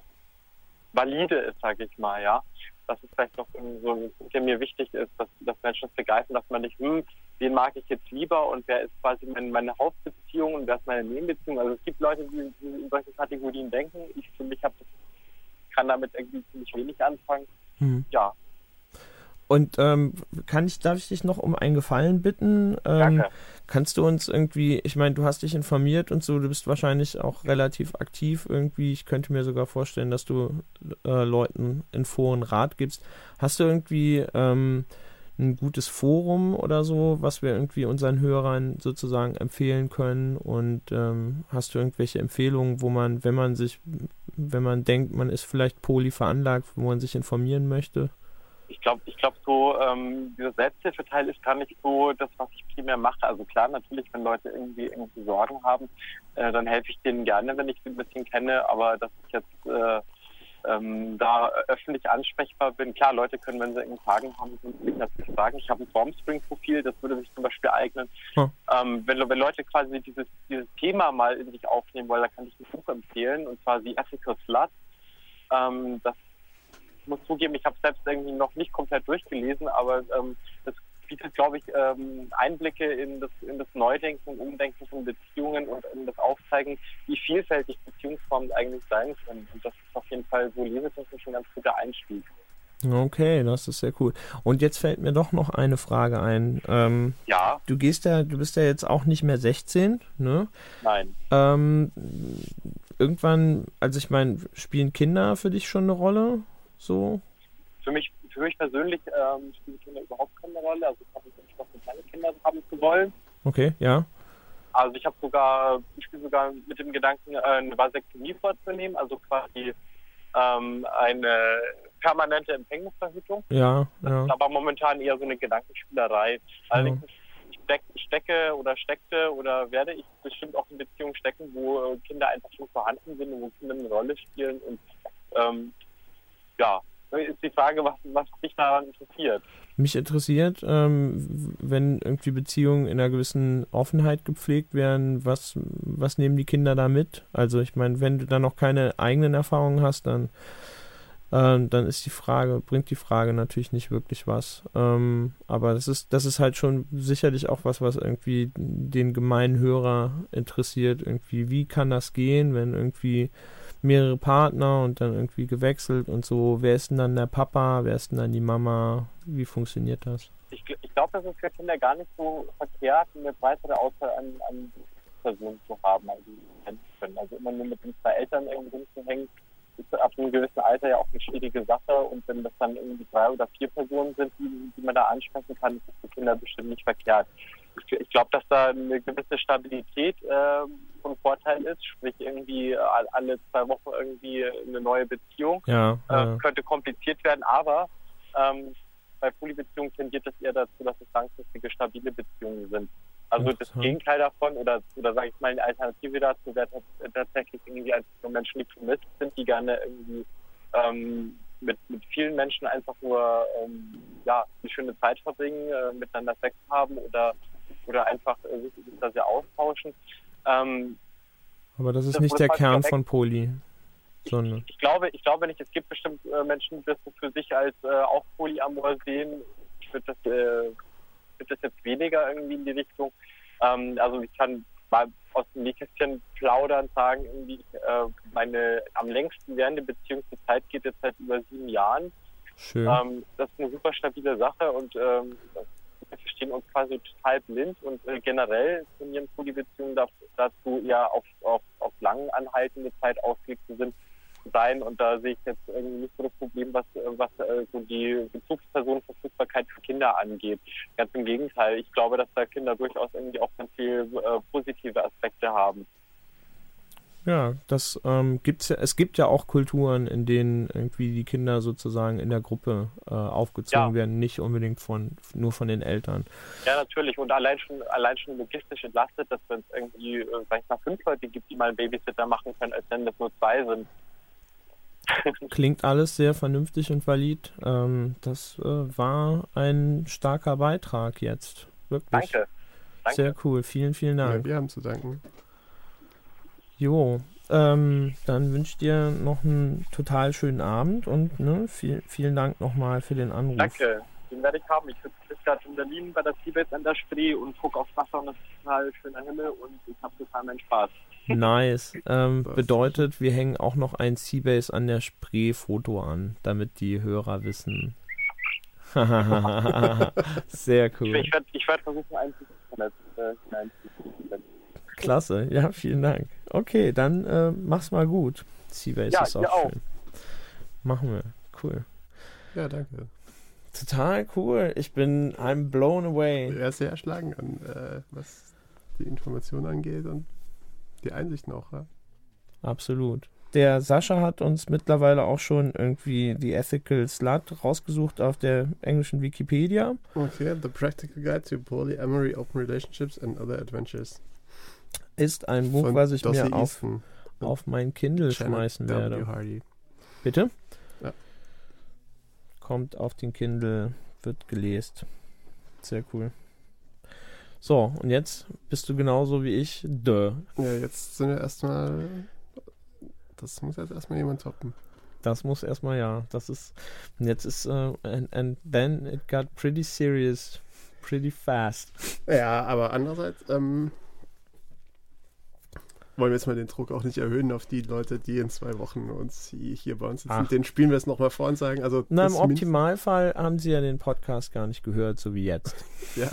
valide ist, sage ich mal, ja. Das ist vielleicht noch so ein Punkt, der mir wichtig ist, dass Menschen das begreifen, dass man nicht, wen mag ich jetzt lieber und wer ist quasi meine Hauptbeziehung und wer ist meine Nebenbeziehung. Also es gibt Leute, die in solche Kategorien denken. Ich für mich kann damit irgendwie ziemlich wenig anfangen. Ja. Und darf ich dich noch um einen Gefallen bitten? Danke. Kannst du uns irgendwie, ich meine, du hast dich informiert und so, du bist wahrscheinlich auch relativ aktiv irgendwie. Ich könnte mir sogar vorstellen, dass du Leuten in Foren Rat gibst. Hast du irgendwie ein gutes Forum oder so, was wir irgendwie unseren Hörern sozusagen empfehlen können? Und hast du irgendwelche Empfehlungen, wo man, wenn man denkt, man ist vielleicht poly veranlagt, wo man sich informieren möchte? Ich glaube so, dieser Selbsthilfeteil ist gar nicht so das, was ich primär mache. Also klar, natürlich, wenn Leute irgendwie Sorgen haben, dann helfe ich denen gerne, wenn ich sie ein bisschen kenne, aber dass ich jetzt da öffentlich ansprechbar bin. Klar, Leute können, wenn sie irgendwie Fragen haben, mich natürlich sagen. Ich habe ein Formspring-Profil, das würde sich zum Beispiel eignen. Wenn Leute quasi dieses Thema mal in sich aufnehmen wollen, da kann ich ein Buch empfehlen, und zwar The Ethical Slut. Das ich muss zugeben, ich habe es selbst irgendwie noch nicht komplett durchgelesen, aber das bietet, glaube ich, Einblicke in das Neudenken und Umdenken von Beziehungen und in das Aufzeigen, wie vielfältig Beziehungsformen eigentlich sein können. Und das ist auf jeden Fall so lesetechnisch ein ganz guter Einstieg. Okay, das ist sehr cool. Und jetzt fällt mir doch noch eine Frage ein. Ja. Du bist ja jetzt auch nicht mehr 16, ne? Nein. Irgendwann, also ich meine, spielen Kinder für dich schon eine Rolle? So? Für mich persönlich spielen Kinder überhaupt keine Rolle. Also ich habe nicht entschlossen, keine Kinder haben zu wollen. Okay, ja. Also ich spiele sogar mit dem Gedanken, eine Vasektomie vorzunehmen, also quasi eine permanente Empfängnisverhütung. Ja. Das ist aber momentan eher so eine Gedankenspielerei. Allerdings stecke oder werde ich bestimmt auch in Beziehungen stecken, wo Kinder einfach schon vorhanden sind und wo Kinder eine Rolle spielen. Und ist die Frage, was dich daran interessiert. Mich interessiert, wenn irgendwie Beziehungen in einer gewissen Offenheit gepflegt werden, was nehmen die Kinder da mit? Also ich meine, wenn du da noch keine eigenen Erfahrungen hast, dann bringt die Frage natürlich nicht wirklich was. Aber das ist halt schon sicherlich auch was irgendwie den gemeinen Hörer interessiert. Irgendwie, wie kann das gehen, wenn irgendwie mehrere Partner und dann irgendwie gewechselt und so. Wer ist denn dann der Papa? Wer ist denn dann die Mama? Wie funktioniert das? Ich glaube, das ist für Kinder gar nicht so verkehrt, eine breitere Auswahl an Personen zu haben, also die kennen können. Also immer nur mit den zwei Eltern irgendwie rumzuhängen, ist ab einem gewissen Alter ja auch eine schwierige Sache. Und wenn das dann irgendwie 3 oder 4 Personen sind, die man da ansprechen kann, ist das für Kinder bestimmt nicht verkehrt. Ich glaube, dass da eine gewisse Stabilität von Vorteil ist, sprich irgendwie alle 2 Wochen irgendwie eine neue Beziehung. Könnte kompliziert werden, aber bei Polybeziehungen tendiert es eher dazu, dass es langfristige, stabile Beziehungen sind. Also das Gegenteil davon oder sage ich mal, eine Alternative dazu wäre tatsächlich irgendwie einfach nur Menschen, die Promis sind, die gerne irgendwie mit vielen Menschen einfach nur eine schöne Zeit verbringen, miteinander Sex haben oder einfach sich da sehr austauschen. Aber das ist nicht der Kern von Poly. sondern Ich glaube nicht. Es gibt bestimmt Menschen, die das für sich als auch Polyamor sehen. Ich würde das jetzt weniger irgendwie in die Richtung. Also ich kann mal aus dem Nähkästchen plaudern, sagen, irgendwie meine am längsten währende Beziehung zur Zeit geht jetzt seit über 7 Jahren. schön. Das ist eine super stabile Sache und wir verstehen uns quasi total blind und generell tendieren Polybeziehungen dazu ja auf lang anhaltende Zeit ausgelegt zu sein und da sehe ich jetzt irgendwie nicht so das Problem, was so die Bezugspersonenverfügbarkeit für Kinder angeht. Ganz im Gegenteil, ich glaube, dass da Kinder durchaus irgendwie auch ganz viel positive Aspekte haben. Ja, das gibt's ja. Es gibt ja auch Kulturen, in denen irgendwie die Kinder sozusagen in der Gruppe aufgezogen werden, nicht unbedingt nur von den Eltern. Ja, natürlich. Und allein schon logistisch entlastet, dass es irgendwie, sag ich mal, 5 Leute gibt, die mal einen Babysitter machen können, als wenn das nur 2 sind. Klingt alles sehr vernünftig und valid. Das war ein starker Beitrag jetzt. Wirklich. Danke. Sehr cool. Vielen, vielen Ja, Dank. wir haben zu danken. Jo, dann wünsche ich dir noch einen total schönen Abend und vielen Dank nochmal für den Anruf. Danke, den werde ich haben. Ich sitze gerade in Berlin bei der Seabase an der Spree und gucke aufs Wasser und es ist total schöner Himmel und ich habe total meinen Spaß. Nice. Bedeutet, wir hängen auch noch ein Seabase an der Spree-Foto an, damit die Hörer wissen. Sehr cool. Ich werd versuchen, einzusetzen. Klasse, ja, vielen Dank. Okay, dann mach's mal gut. Seabase ist auch schön. Machen wir. Cool. Ja, danke. Total cool. I'm blown away. Er ist sehr erschlagen was die Informationen angeht und die Einsichten auch, ja. Absolut. Der Sascha hat uns mittlerweile auch schon irgendwie die Ethical Slut rausgesucht auf der englischen Wikipedia. Okay, The Practical Guide to Polyamory, Open Relationships and Other Adventures. Ist ein Buch, Von was ich Dossie mir Easton auf mein Kindle schmeißen W. werde. Hardy. Bitte? Ja. Kommt auf den Kindle, wird gelesen. Sehr cool. So, und jetzt bist du genauso wie ich. Ja, jetzt sind wir erstmal. Das muss jetzt erstmal jemand toppen. Das muss erstmal, ja. Das ist. Und jetzt ist. And then it got pretty serious. Pretty fast. Ja, aber andererseits, wollen wir jetzt mal den Druck auch nicht erhöhen auf die Leute, die in 2 Wochen uns hier bei uns sitzen. Den spielen wir es nochmal vor und sagen, also. Na, im Optimalfall haben sie ja den Podcast gar nicht gehört, so wie jetzt. Ja.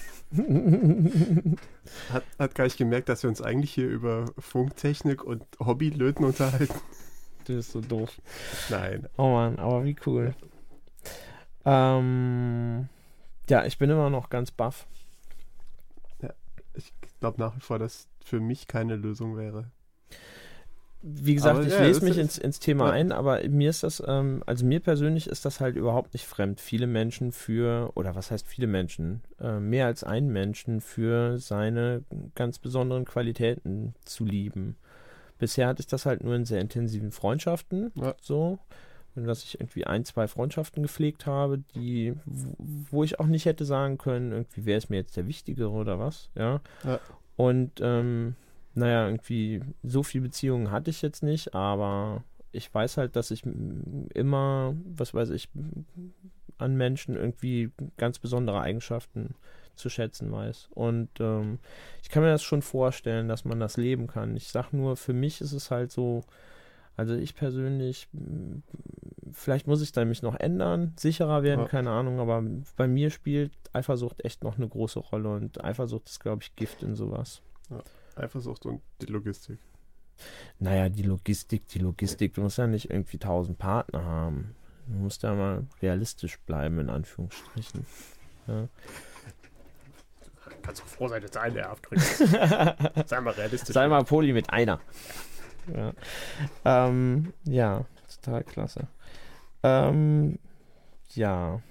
Hat gar nicht gemerkt, dass wir uns eigentlich hier über Funktechnik und Hobbylöten unterhalten. Das ist so doof. Nein. Oh Mann, aber wie cool. Ja, ich bin immer noch ganz baff. Ja, ich glaube nach wie vor, dass für mich keine Lösung wäre. Wie gesagt, aber ich lese mich ins Thema ein, aber mir ist das, also mir persönlich ist das halt überhaupt nicht fremd. Viele Menschen oder was heißt viele Menschen? Mehr als einen Menschen für seine ganz besonderen Qualitäten zu lieben. Bisher hatte ich das halt nur in sehr intensiven Freundschaften, so. Und dass ich irgendwie 1, 2 Freundschaften gepflegt habe, wo ich auch nicht hätte sagen können, irgendwie, wer ist mir jetzt der Wichtigere oder was, ja. Und, naja, irgendwie so viele Beziehungen hatte ich jetzt nicht, aber ich weiß halt, dass ich immer, was weiß ich, an Menschen irgendwie ganz besondere Eigenschaften zu schätzen weiß. Und ich kann mir das schon vorstellen, dass man das leben kann. Ich sag nur, für mich ist es halt so, also ich persönlich, vielleicht muss ich dann mich noch ändern, sicherer werden, keine Ahnung, aber bei mir spielt Eifersucht echt noch eine große Rolle und Eifersucht ist, glaube ich, Gift in sowas. Ja. Eifersucht und die Logistik. Naja, die Logistik, du musst ja nicht irgendwie 1000 Partner haben. Du musst ja mal realistisch bleiben, in Anführungsstrichen. Ja. Kannst du froh sein, dass einer aufkriegt. Sei mal realistisch. Sei mal Poly mit einer. Ja, ja, total klasse. Ja.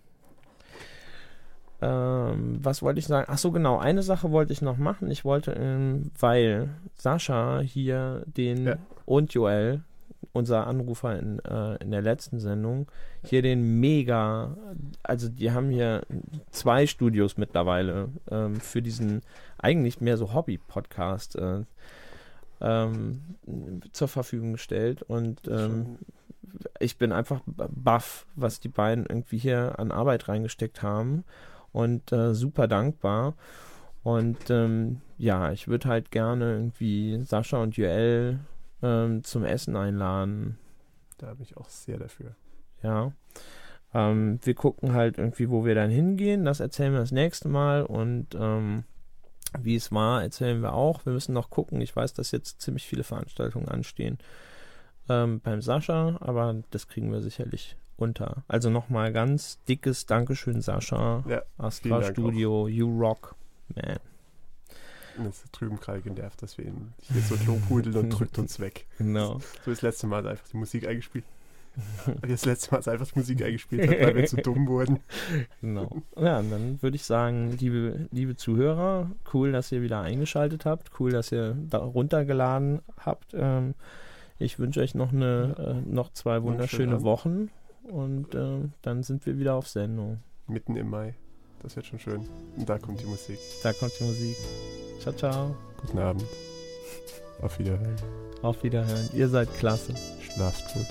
Was wollte ich sagen? Ach so, genau. Eine Sache wollte ich noch machen. Ich wollte, weil Sascha hier und Joel, unser Anrufer in der letzten Sendung, hier den also die haben hier 2 Studios mittlerweile für diesen eigentlich mehr so Hobby-Podcast zur Verfügung gestellt und ich bin einfach baff, was die beiden irgendwie hier an Arbeit reingesteckt haben und super dankbar. Und ich würde halt gerne irgendwie Sascha und Joel zum Essen einladen. Da bin ich auch sehr dafür. Ja. Wir gucken halt irgendwie, wo wir dann hingehen. Das erzählen wir das nächste Mal und wie es war, erzählen wir auch. Wir müssen noch gucken. Ich weiß, dass jetzt ziemlich viele Veranstaltungen anstehen beim Sascha, aber das kriegen wir sicherlich unter. Also nochmal ganz dickes Dankeschön, Sascha. Ja, Astra Studio, You Rock, man. Das ist drüben gerade genervt, dass wir ihn hier so lobhudeln und drückt uns weg. Genau. So das letzte Mal hat einfach die Musik eingespielt. Das letzte Mal, als einfach die Musik eingespielt hat, weil wir zu dumm wurden. Genau. Ja, und dann würde ich sagen, liebe Zuhörer, cool, dass ihr wieder eingeschaltet habt, cool, dass ihr da runtergeladen habt. Ich wünsche euch noch noch 2 wunderschöne Wochen und dann sind wir wieder auf Sendung. Mitten im Mai. Das wird schon schön. Und da kommt die Musik. Da kommt die Musik. Ciao, ciao. Guten Abend. Auf Wiederhören. Auf Wiederhören. Ihr seid klasse. Schlaft gut.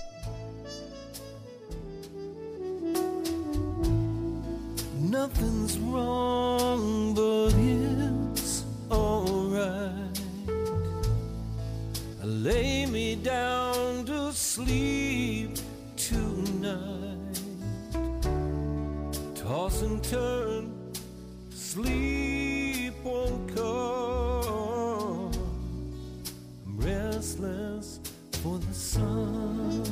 Nothing's wrong, but it's alright. I lay me down to sleep tonight. Toss and turn, sleep won't come. I'm restless for the sun.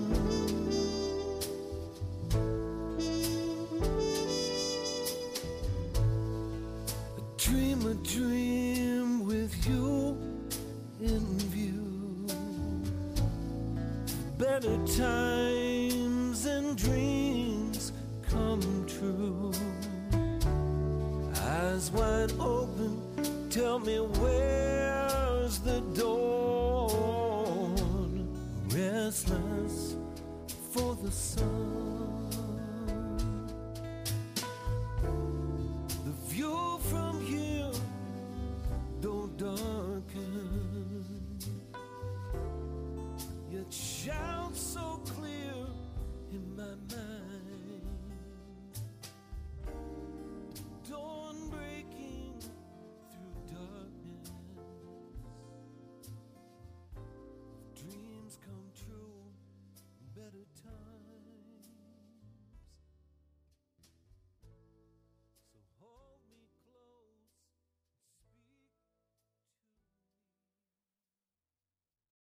A dream with you in view. Better times and dreams come true. Eyes wide open, tell me where's the dawn. Restless for the sun. The view from here don't darken, yet shouts so clear in my mind. Dawn breaking through darkness, dreams come true, better times.